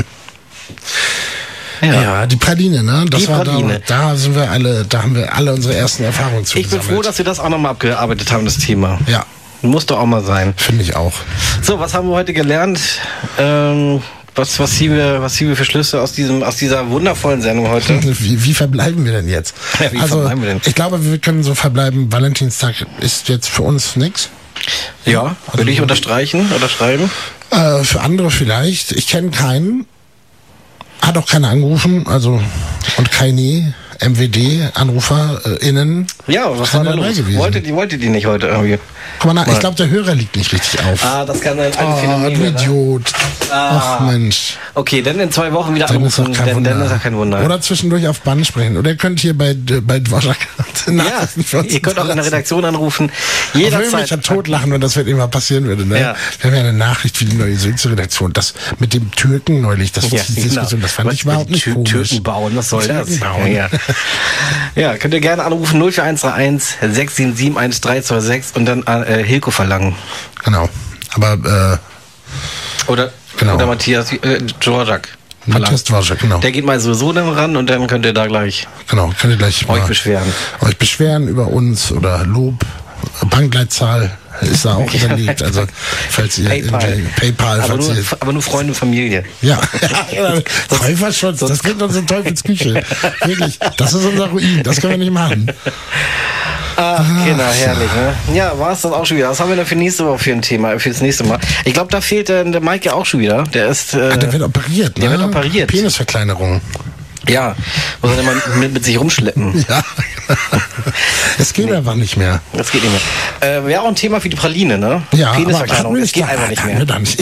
Ja. ja, die Praline, ne? Das die war Praline. Da, da sind wir alle, da haben wir alle unsere ersten Erfahrungen zu Ich bin froh, dass wir das auch nochmal abgearbeitet haben, das Thema. Ja. Muss doch auch mal sein. Finde ich auch. So, was haben wir heute gelernt? Ähm, was, was ziehen wir, was ziehen wir für Schlüsse aus diesem, aus dieser wundervollen Sendung heute? Wie, wie verbleiben wir denn jetzt? Ja, wie also, verbleiben wir denn? Ich glaube, wir können so verbleiben, Valentinstag ist jetzt für uns nichts. Ja, also, würde ich unterstreichen, unterschreiben? Äh, für andere vielleicht. Ich kenne keinen. Hat auch keiner angerufen, also und keine M W D-AnruferInnen. Ja, was war da los? Wollte die, wollte die nicht heute irgendwie? Guck mal, nach, ich glaube, der Hörer liegt nicht richtig auf. Ah, das kann sein. Oh, du Idiot. Ah. Ach, Mensch. Okay, dann in zwei Wochen wieder dann anrufen, ist dann, dann ist auch kein Wunder. Oder zwischendurch auf Band sprechen. Oder ihr könnt hier bei, bei Dvorak ja, ihr könnt auch in der Redaktion anrufen. Jederzeit. Ich will mich ja totlachen, wenn das immer passieren würde. Ne? Ja. Wir haben ja eine Nachricht für die neue Sülze-Redaktion. Das mit dem Türken neulich, das, ja, die Diskussion, genau. Das fand was ich überhaupt nicht komisch. Türken bauen, was soll Türken das? Bauen. Ja, ja. Ja, könnt ihr gerne anrufen null vier eins drei eins sechs sieben sieben eins drei zwei sechs und dann äh, Hilko verlangen. Genau. Aber, äh, Oder, genau. oder Matthias äh, Dvorak. Matthias Dvorak, genau. Der geht mal sowieso dann ran und dann könnt ihr da gleich, genau, könnt ihr gleich euch beschweren. Euch beschweren über uns oder Lob. Bankleitzahl ist da auch hinterlegt. Also, falls ihr PayPal, PayPal aber, falls nur, ihr, aber nur Freunde und Familie. Ja, ja Käuferschutz, das bringt uns in Teufelsküche. Wirklich, das ist unser Ruin, das können wir nicht machen. Ach, Kinder, herrlich, ne? Ja, war es das auch schon wieder. Was haben wir denn für nächste Woche für ein Thema, für das nächste Mal? Ich glaube, da fehlt äh, der Mike ja auch schon wieder. Der ist. Äh, ah, der wird operiert, Der ne? wird operiert. Penisverkleinerung. Ja, muss er immer mit, mit sich rumschleppen. Ja. Es geht nee. einfach nicht mehr. Das geht nicht mehr. Äh, Wäre auch ein Thema für die Praline, ne? Ja, Penisverkleinerung. Es geht einfach nicht mehr. Wir da nicht.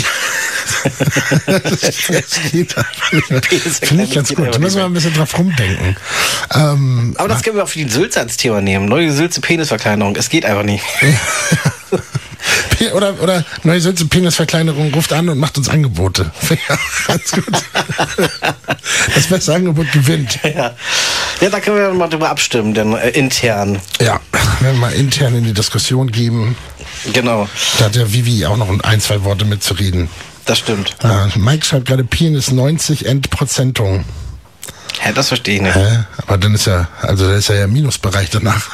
Das geht einfach nicht mehr. Finde ich ganz gut. Da müssen wir ein bisschen drauf rumdenken. Ähm, Aber das können wir auch für die Sülze als Thema nehmen. Neue Sülze Penisverkleinerung. Es geht einfach nicht. Oder, oder Neue Sülze Penisverkleinerung ruft an und macht uns Angebote. Ja, ganz gut. Das beste Angebot gewinnt. Ja, ja, da können wir mal drüber abstimmen, denn äh, intern. Ja, werden wir mal intern in die Diskussion geben. Genau. Da hat ja Vivi auch noch ein, zwei Worte mitzureden. Das stimmt. Äh, Mike schreibt gerade, Penis neunzig Endprozentung. Hä, das verstehe ich nicht. Hä? Aber dann ist ja, also da ist ja ja Minusbereich danach.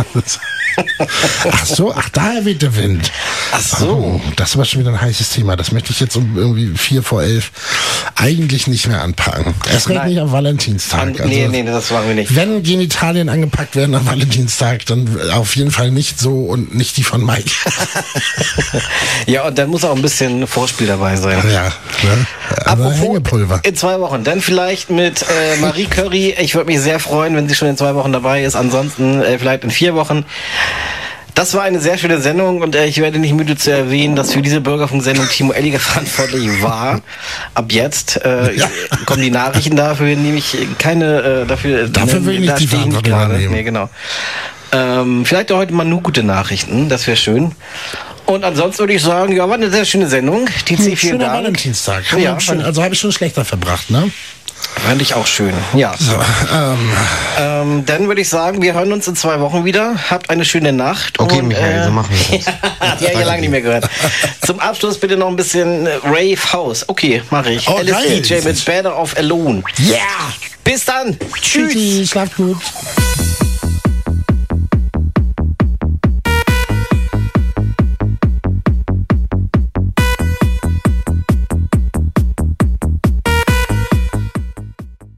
Ach so, ach, da weht der Wind. Ach so. Oh, das war schon wieder ein heißes Thema. Das möchte ich jetzt um irgendwie vier vor elf eigentlich nicht mehr anpacken. Erst recht nicht am Valentinstag. An, nee, also, nee, das machen wir nicht. Wenn Genitalien angepackt werden am Valentinstag, dann auf jeden Fall nicht so und nicht die von Mike. Ja, und dann muss auch ein bisschen Vorspiel dabei sein. Ja, ne? Aber Hängepulver. In zwei Wochen. Dann vielleicht mit äh, Marie Curry. Ich würde mich sehr freuen, wenn sie schon in zwei Wochen dabei ist. Ansonsten äh, vielleicht in vier Wochen. Das war eine sehr schöne Sendung und äh, ich werde nicht müde zu erwähnen, dass für diese Bürgerfunk-Sendung Timo Elliger verantwortlich war. Ab jetzt äh, ja. kommen die Nachrichten dafür, nehme ich keine äh, dafür. Dafür will ich nicht die Verantwortung übernehmen. Nee, genau. Ähm, vielleicht auch heute mal nur gute Nachrichten, das wäre schön. Und ansonsten würde ich sagen, ja, war eine sehr schöne Sendung. Die C, vielen Dank. Valentinstag. Ja, schön, also habe ich schon schlechter verbracht, ne? Fand ich auch schön. Ja. So, ähm. Ähm, dann würde ich sagen, wir hören uns in zwei Wochen wieder. Habt eine schöne Nacht. Okay, und, Michael, äh, so machen wir das. Ja, ja, lange nicht mehr gehört. Zum Abschluss bitte noch ein bisschen Rave House. Okay, mache ich. Oh, L S D J mit Better Off Alone. Yeah! Bis dann. Tschüss. Schlaft gut.